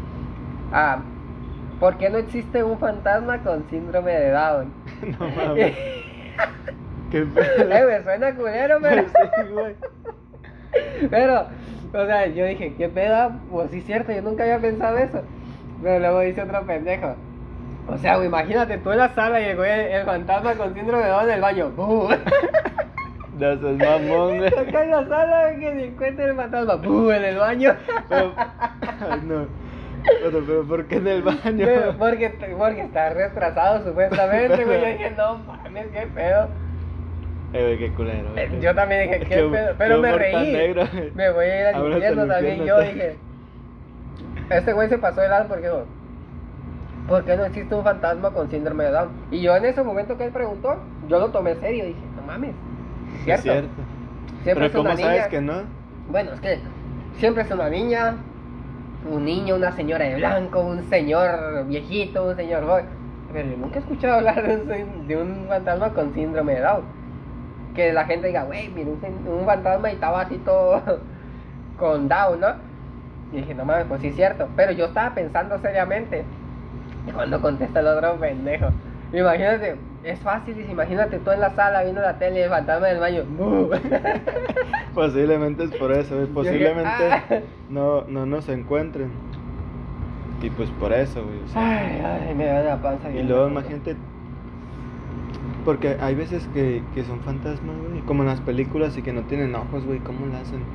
¿Por qué no existe un fantasma con síndrome de Down? No mames. Qué pedo. Me suena culero, pero... Sí, güey. Pero, o sea, yo dije, ¿qué pedo? Pues sí, es cierto, yo nunca había pensado eso. Pero luego dice otro pendejo. O sea, güey, imagínate tú en la sala y el fantasma con síndrome de Down en el baño. ¡Bú! No seas mamón, güey. Acá en la sala que se encuentra el fantasma. ¡Bú! En el baño. Pero... Ay, no. Pero ¿por qué en el baño? Porque está retrasado supuestamente, güey. Yo dije, no mames, qué pedo. Güey, qué culero, güey. Yo también dije, qué Qué- pedo. qué Pero me humor tan reí. negro, güey. Me voy a ir al Ábrase infierno al también. infierno. Yo dije, este güey se pasó de lado porque dijo, ¿por qué no existe un fantasma con síndrome de Down? Y yo en ese momento que él preguntó, yo lo tomé en serio. Dije, no mames. Es ¿Cierto? cierto. Siempre Pero es una ¿cómo sabes niña. que no? Bueno, es que siempre es una niña, un niño, una señora de blanco, un señor viejito, un señor joven. Pero yo nunca he escuchado hablar de un fantasma con síndrome de Down. Que la gente diga, güey, mira, un fantasma y estaba así todo con Down, ¿no? Y dije, no mames, pues sí es cierto. Pero yo estaba pensando seriamente. Y cuando contesta el otro pendejo, imagínate, es fácil, dice, imagínate tú en la sala viendo la tele y el fantasma del baño. ¡Bu! Posiblemente es por eso, güey. Posiblemente Ah. no nos encuentren. Y pues por eso, güey. O sea, Ay, me da la panza. y bien luego lejos. imagínate. Porque hay veces que son fantasmas, güey. Como en las películas y que no tienen ojos, güey. ¿Cómo lo hacen?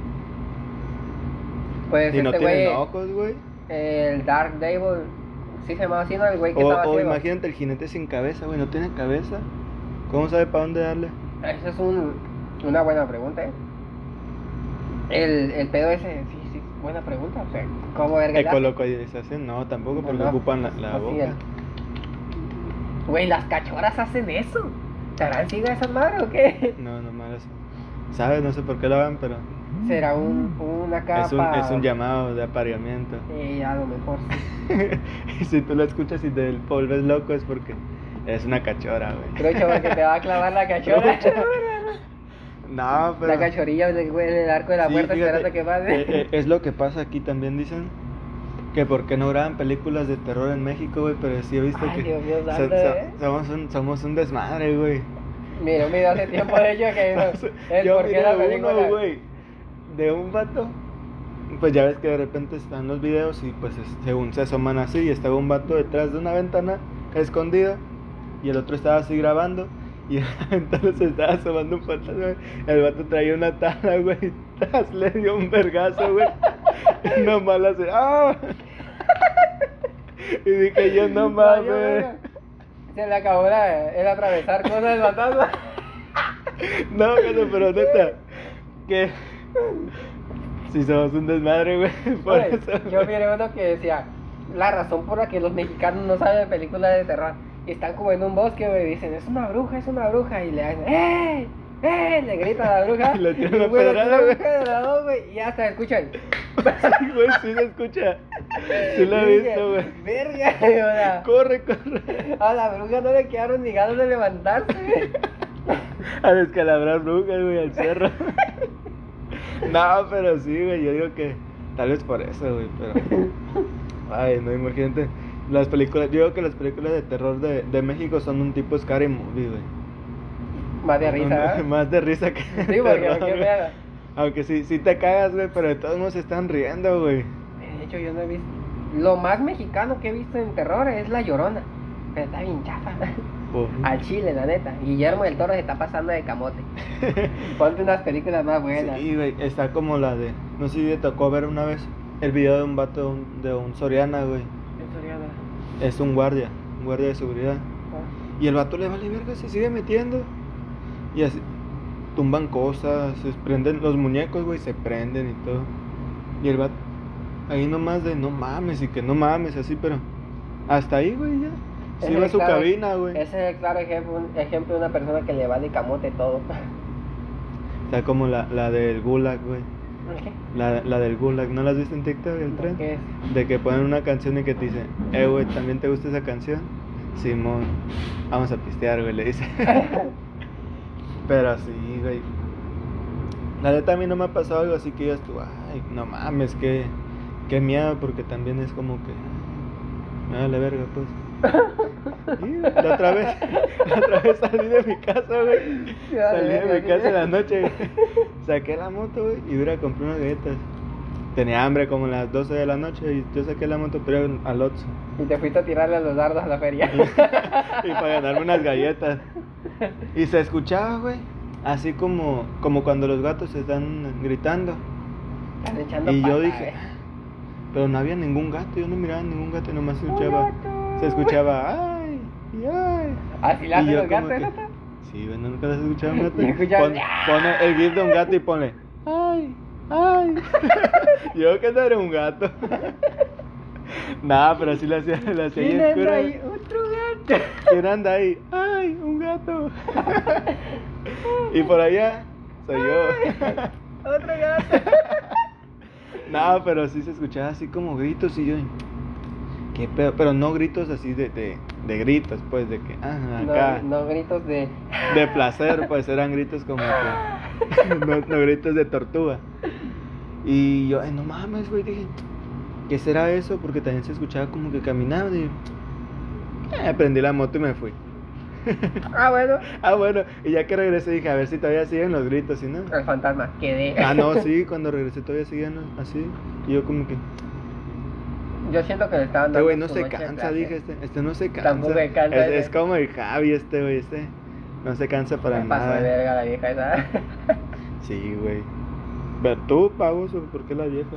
Pues Y no este tienen güey, ojos, güey. el Dark Devil, sí se llamaba así, ¿no? El güey que estaba O ciego. imagínate el jinete sin cabeza, güey. No tiene cabeza. ¿Cómo sabe para dónde darle? Esa es una buena pregunta, ¿eh? El pedo ese, sí, buena pregunta. O sea, ¿cómo verga le hace? Ecolocalización, no, tampoco, porque No, ocupan la así boca. es. Güey, las cachorras hacen eso. ¿Te harán ciega esas madres o qué? No, no malas. ¿Sabes? No sé por qué lo hagan, pero Será una es capa. un llamado de apareamiento. A lo mejor sí. Y si tú lo escuchas y te volves loco es porque es una cachora, güey. Trucho, porque te va a clavar la cachorra. No, pero... La cachorilla en el arco de la Sí, puerta fíjate, esperando que pase. es lo que pasa aquí también, dicen. Que por qué no graban películas de terror en México, güey. Pero sí he visto Ay, que Dios mío, santo, ¿eh? somos un desmadre, güey. Mira, un video hace tiempo de hecho que el Yo por qué miré la película. uno, güey, de un vato. Pues ya ves que de repente están los videos y pues según se asoman así y estaba un vato detrás de una ventana escondido y el otro estaba así grabando y en la ventana se estaba asomando un fantasma, güey. El vato traía una tabla, güey, tras le dio un vergazo, güey. Y nomás la hace, ¡ah! Y dije yo, no mames. Se le acabó el atravesar cosas del fantasma. No, pero neta, que si somos un desmadre, güey, por Güey, eso. yo miré uno que decía la razón por la que los mexicanos no saben películas de terror Y están como en un bosque, güey, dicen, es una bruja, y le hacen, le grita a la bruja. Y le tiran y, una güey, le pedrada, tiran güey. un pedradón, güey, y hasta escuchan. Sí, güey, sí se escucha. Sí lo he Y dije, visto, güey. Verga, o sea, Corre. a la bruja no le quedaron ni ganas de levantarse, güey. A descalabrar brujas, güey, al cerro. No, pero sí, güey, yo digo que tal vez por eso, güey, pero... Ay, no, imagínate. Las películas, yo digo que las películas de terror de México son un tipo scary movie, güey. Más de risa, ¿verdad? Más de risa que Sí, porque terror, qué güey. miedo. Aunque sí te cagas, güey, pero de todos modos se están riendo, güey. De hecho, yo no he visto. Lo más mexicano que he visto en terror es La Llorona. Pero está bien chafa. Al chile, la neta. Guillermo del Toro se está pasando de camote. Ponte unas películas más buenas. Sí, güey, está como la de... No sé si te tocó ver una vez el video de un vato de un Soriana, güey. En Soriana. Es un guardia de seguridad. Ah. Y el vato le vale verga, se sigue metiendo. Y así, tumban cosas, se prenden los muñecos, güey, se prenden y todo. Y el vato, ahí nomás de no mames y que no mames, así, pero hasta ahí, güey, ya. Se Ese iba a es su claro- cabina, güey. Ese es el claro ejemplo de una persona que le vale camote todo. Está como la del Gulag, güey. ¿Qué? La del Gulag, ¿no la has visto en TikTok, el tren? ¿Qué es? De que ponen una canción y que te dicen, güey, ¿también te gusta esa canción? Simón, vamos a pistear, güey, le dice. Pero sí, güey. La neta a mí no me ha pasado algo así que digas tú, ay, no mames, qué miedo, porque también es como que me vale verga, pues. Y la otra vez salí de mi casa, güey. Salí de mi casa en la noche, güey. Saqué la moto, güey, y iba a comprar unas galletas. Tenía hambre como a las 12 de la noche y yo saqué la moto pero al Oxxo. Y te fuiste a tirarle a los dardos a la feria. Y para ganarme unas galletas. Y se escuchaba, güey, así como cuando los gatos se están gritando. Están echando Y yo pata, dije, pero no había ningún gato, yo no miraba ningún gato, nomás se escuchaba, ay, y ay. Así le Y hacen yo los como gatos, que- ¿no? Sí, güey, nunca las escuchaba un gato. Y escuchaba, Pone el gif de un gato y pone, ay. Yo que no era un gato. Nah, pero sí le hacía ¿Quién ahí anda oscura. ahí? Otro gato. ¿Quién anda ahí? ¡Ay, un gato! Y por allá soy yo. Otro gato. No, pero sí se escuchaba así como gritos y yo, ¿qué pedo? Pero no gritos así de gritos, pues, de que, acá, No gritos de. de placer, pues eran gritos como que, no gritos de tortuga. Y yo, no mames, güey, dije, ¿qué será eso? Porque también se escuchaba como que caminaban y prendí la moto y me fui. Ah, bueno. Bueno, y ya que regresé dije, a ver si todavía siguen los gritos, ¿sí no? El fantasma, quedé. No, sí, cuando regresé todavía siguen así. Y yo como que, Yo siento que le estaban este dando. güey no su se noche de cansa, placer. dije, este no se cansa. Tampoco se cansa, Es como el Javi, este güey, no se cansa para Me pasó de nada. verga la vieja esa. Sí, güey. Pero tú, pavoso, ¿por qué la vieja?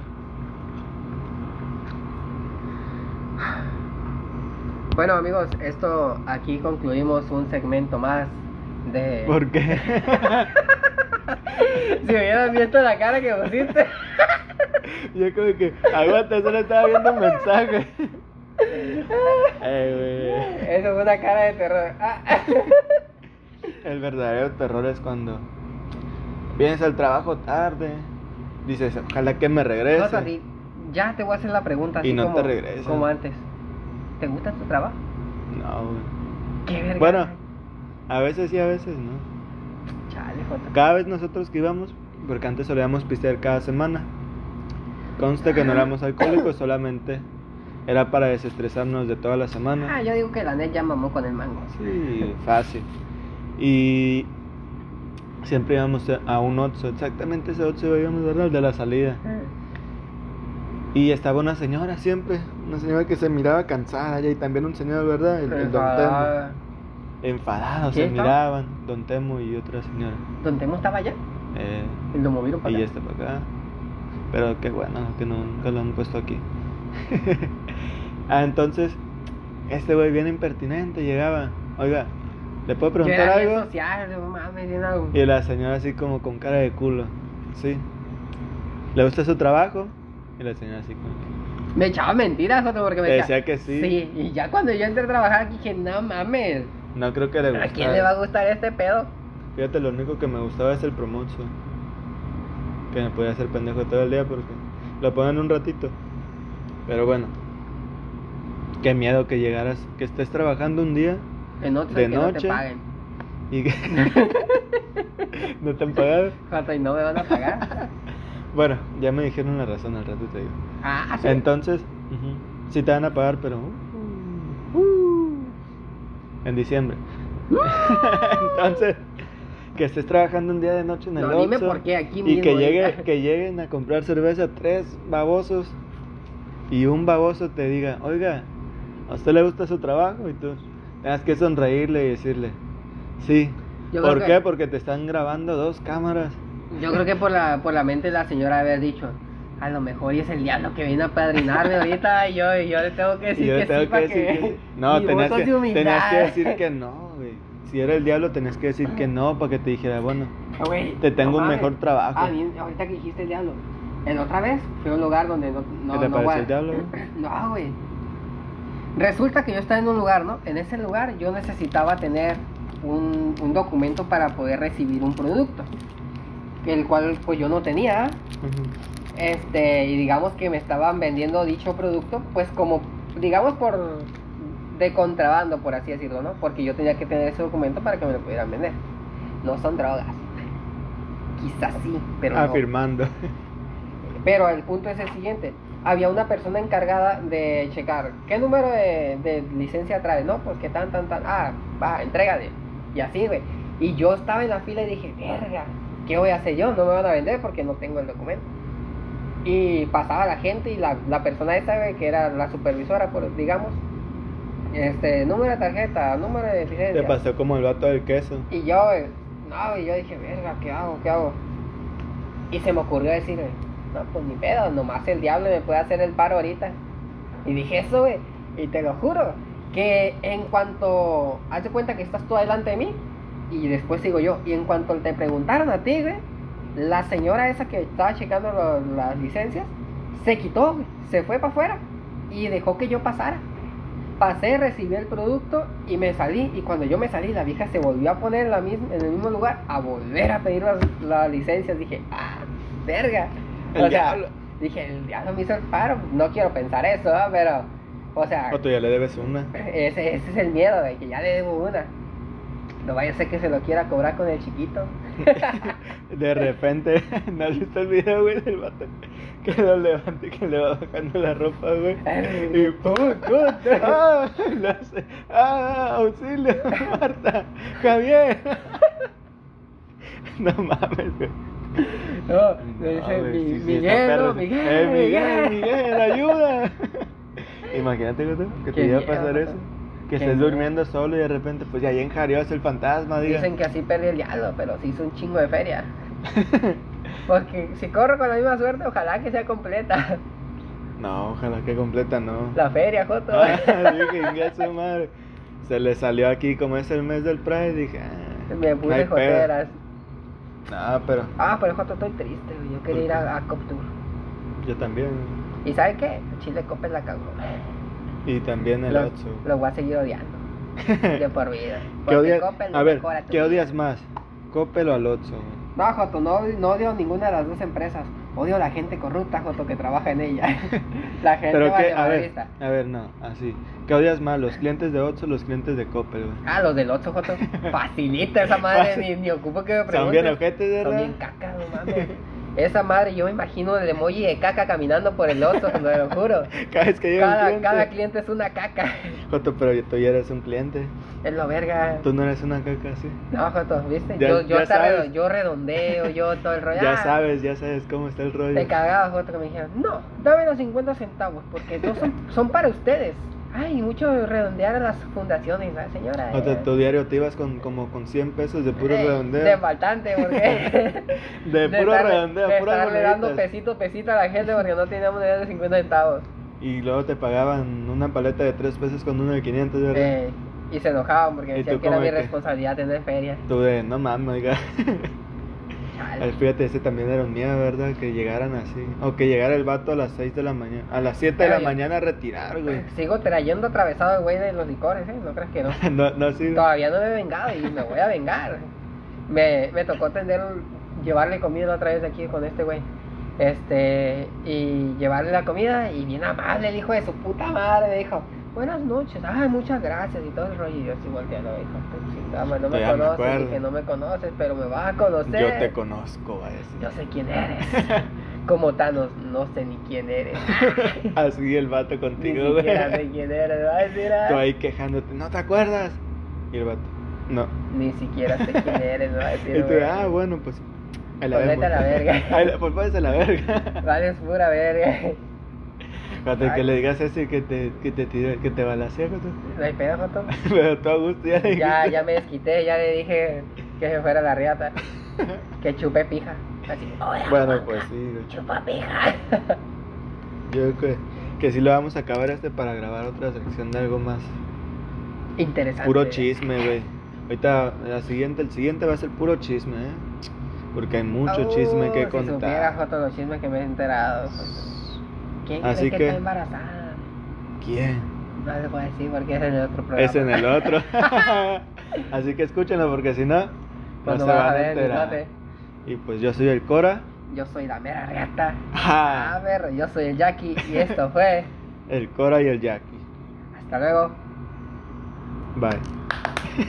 Bueno, amigos, esto aquí concluimos un segmento más de. ¿Por qué? Si hubieran visto la cara que pusiste. Yo como que, aguanta, solo estaba viendo un mensaje. Güey. Eso fue una cara de terror. El verdadero terror es cuando vienes al trabajo tarde, dices, ojalá que me regrese. No, Tati, ya te voy a hacer la pregunta así Y no como, te regresan. como antes. ¿Te gusta tu trabajo? No, güey. Qué verga. Bueno, a veces sí, a veces no. Chale, Jota. Cada vez nosotros que íbamos, porque antes solíamos pistear cada semana. Consta que no éramos alcohólicos, solamente era para desestresarnos de toda la semana. Yo digo que la net ya mamó con el mango. Sí, fácil. Y siempre íbamos a un Oxxo, exactamente ese Oxxo íbamos, ¿verdad? El de la salida. Y estaba una señora siempre, una señora que se miraba cansada ya, y también un señor, ¿verdad? El Don Temo. Enfadados se ¿Quién estaba? miraban, Don Temo y otra señora. ¿Don Temo estaba allá? ¿Y lo movieron para Y acá? ya está para acá. Pero qué bueno que nunca lo han puesto aquí. Entonces, este güey bien impertinente llegaba. Oiga, ¿le puedo Yo preguntar era bien algo? social, no mames, bien algo. Y la señora así como con cara de culo. Sí. ¿Le gusta su trabajo? Y la señora así como Me echaba mentiras, Joto, porque me Te decía... decía que sí. Sí, y ya cuando yo entré a trabajar aquí dije, no mames, No creo que le ¿a gustara. quién le va a gustar este pedo? Fíjate, lo único que me gustaba es el promotion. Que me podía hacer pendejo todo el día porque lo ponen un ratito. Pero bueno. Qué miedo que llegaras, que estés trabajando un día En otros de que no te noche paguen. y que no te han pagado. Joto, y no me van a pagar. Bueno, ya me dijeron la razón, al rato te digo. Ah, sí. Entonces, sí te van a pagar, pero en diciembre. Entonces, que estés trabajando un día de noche en el No, dime Oxxo por qué aquí y mismo que ahorita. lleguen a comprar cerveza 3 babosos y un baboso te diga, oiga, ¿a usted le gusta su trabajo? Y tú tengas que sonreírle y decirle, sí. Yo ¿Por creo qué? que- Porque te están grabando 2 cámaras. Yo creo que por la mente de la señora haber dicho, a lo mejor y es el diablo que viene a padrinarme ahorita y yo le tengo que Y decir yo que tengo sí que para decir que... que sí. No, mi tenías voto de que humildad. decir que no, güey. Si era el diablo, tenías que decir que no para que te dijera, bueno, Ah, güey, te tengo un mames. mejor trabajo. Ah, bien, ahorita que dijiste el diablo. En otra vez fui a un lugar donde no ¿Qué te pareció voy a- el diablo, güey? No, güey. Resulta que yo estaba en un lugar, ¿no? En ese lugar yo necesitaba tener un documento para poder recibir un producto, el cual pues yo no tenía. Ujú. Y digamos que me estaban vendiendo dicho producto, pues como, digamos de contrabando, por así decirlo, ¿no? Porque yo tenía que tener ese documento para que me lo pudieran vender. No son drogas. Quizás sí, pero no. Afirmando. Pero el punto es el siguiente. Había una persona encargada de checar qué número de licencia trae, ¿no? Pues que tan. Ah, va, entrégale. Y así, güey. Y yo estaba en la fila y dije, verga, ¿qué voy a hacer yo? No me van a vender porque no tengo el documento. Y pasaba la gente y la persona esa, güey, que era la supervisora, digamos, número de tarjeta, número de licencia. Te pasó como el vato del queso. Y yo, güey, no, y yo dije, verga, ¿qué hago? Y se me ocurrió decirle, no, pues ni pedo, nomás el diablo me puede hacer el paro ahorita. Y dije eso, güey, y te lo juro, que en cuanto, haz de cuenta que estás tú adelante de mí, y después sigo yo, y en cuanto te preguntaron a ti, güey, la señora esa que estaba checando las licencias, se quitó, güey, se fue para afuera, y dejó que yo pasara. Pasé, recibí el producto y me salí. Y cuando yo me salí, la vieja se volvió a poner en el mismo lugar a volver a pedir las licencias. Dije, ah, verga. El diablo. Dije, el diablo me hizo el paro. No quiero pensar eso, ¿no? Pero, o sea, O tú ya le debes una. ese es el miedo, de que ya le debo una. No vaya a ser que se lo quiera cobrar con el chiquito. De repente, ¿no has visto el video, güey, del vato? Que lo levanta y que le va bajando la ropa, güey. Y ¡pum! ¡Ah! Lo hace. ¡Ah! ¡Auxilio! ¡Marta! ¡Javier! No mames, güey. No, le No, dice güey, sí, sí, Miguel, está perro, no, sí. Miguel, Miguel, ayuda. Imagínate, güey, que te Qué iba a miedo, pasar güey. eso. Que Qué estés miedo. durmiendo solo y de repente, pues ya ahí enjareó el fantasma, diga. Dicen que así perdí el diablo, pero se hizo un chingo de feria. Porque si corro con la misma suerte, ojalá que sea completa No, ojalá que completa, no. la feria, Joto. Ah, dije, inga su madre. Se le salió aquí como es el mes del Pride, dije, Me no hay puse pedo. joteras. No, pero Ah, pero Joto, estoy triste, güey. Yo quería ir a Cop Tour. yo también. ¿Y sabes qué? Chile Coppel la cagó. Y también el Lo, 8. lo voy a seguir odiando. De por vida. ¿Qué Porque odias? Coppel no A ver, mejora tu ¿qué vida. odias más? ¿Coppel o al 8? No, Joto, no odio ninguna de las dos empresas. Odio a la gente corrupta, Joto, que trabaja en ella. La gente Pero qué, valemadrista. a ver, no, así. ¿Qué odias más, los clientes de 8 o los clientes de Coppel, güey? Ah, los del 8, Joto. Facilita esa madre, Fácil. ni ocupo que me pregunten. Son bien ojetes, ¿verdad? Son bien caca, no mames. Esa madre, yo me imagino el emoji de caca caminando por el 8, te lo juro. Cada vez que llega un cliente. Cada cliente es una caca. Joto, pero tú ya eres un cliente. Es lo verga. Tú no eres una caca así. No, Joto, ¿viste? Ya- ya sabes. Yo redondeo, yo todo el rollo. Ya Ah, sabes cómo está el rollo. Me cagaba, Joto, que me dijeron, no, dame los 50 centavos, porque no son para ustedes. Ay, mucho redondear a las fundaciones, ¿verdad, señora? Joto, tu diario te ibas como con 100 pesos de puro redondeo. De faltante, porque... De puro redondeo, de puras estarle dando moneditas. pesito a la gente porque no teníamos dinero de 50 centavos. Y luego te pagaban una paleta de 3 pesos con uno de 500, ¿verdad? Y se enojaban porque ¿Y decían tú que era cómo mi de qué? responsabilidad tener feria. Tú de, no mames, oiga. Ay, fíjate, ese también era un miedo, ¿verdad? Que llegaran así. O que llegara el vato a las 6 de la mañana. A las 7 de la mañana a retirar, güey. Sigo trayendo atravesado el güey de los licores, ¿eh? No crees que no. No, sí. Todavía no me he vengado y me voy a vengar. Me tocó llevarle comida otra vez aquí con este güey. Y llevarle la comida y bien amable el hijo de su puta madre me dijo, buenas noches, ay, muchas gracias y todo el rollo. Y yo estoy volteando, hijo, no me conoces, dije, no me conoces, pero me vas a conocer. Yo te conozco, va a decir. Yo sé quién eres. Como Thanos, no sé ni quién eres. Así el vato contigo, ni güey. siquiera sé quién eres, va a decir. Tú ahí quejándote, ¿no te acuerdas? Y el vato, no. Ni siquiera sé quién eres, va a decir. Y tú, bueno, pues. Ponete a la verga. Pues váyase a la verga. Vale, es pura verga. Cuando que le digas ese que te balacea, Joto. No hay pedo, Joto. Pero todo a gusto ya le dijiste. Ya me desquité, ya le dije que se fuera la riata. Que chupe pija. Así, bueno, pues sí, güey. Chupa pija. Yo creo que sí lo vamos a acabar para grabar otra sección de algo más interesante. Puro chisme, güey. Ahorita el siguiente va a ser puro chisme, porque hay mucho chisme que contar. Si supieras, Joto, los chismes que me he enterado. ¿Quién Así cree que está embarazada? ¿Quién? No le puedo decir porque es en el otro programa. Es en el otro. Así que escúchenlo porque si no, pues no no se vas van a a ver, enterar. fíjate. Y pues yo soy el Cora. Yo soy la mera riata. Ah. A ver, yo soy el Jackie y esto fue El Cora y el Jackie. Hasta luego. Bye.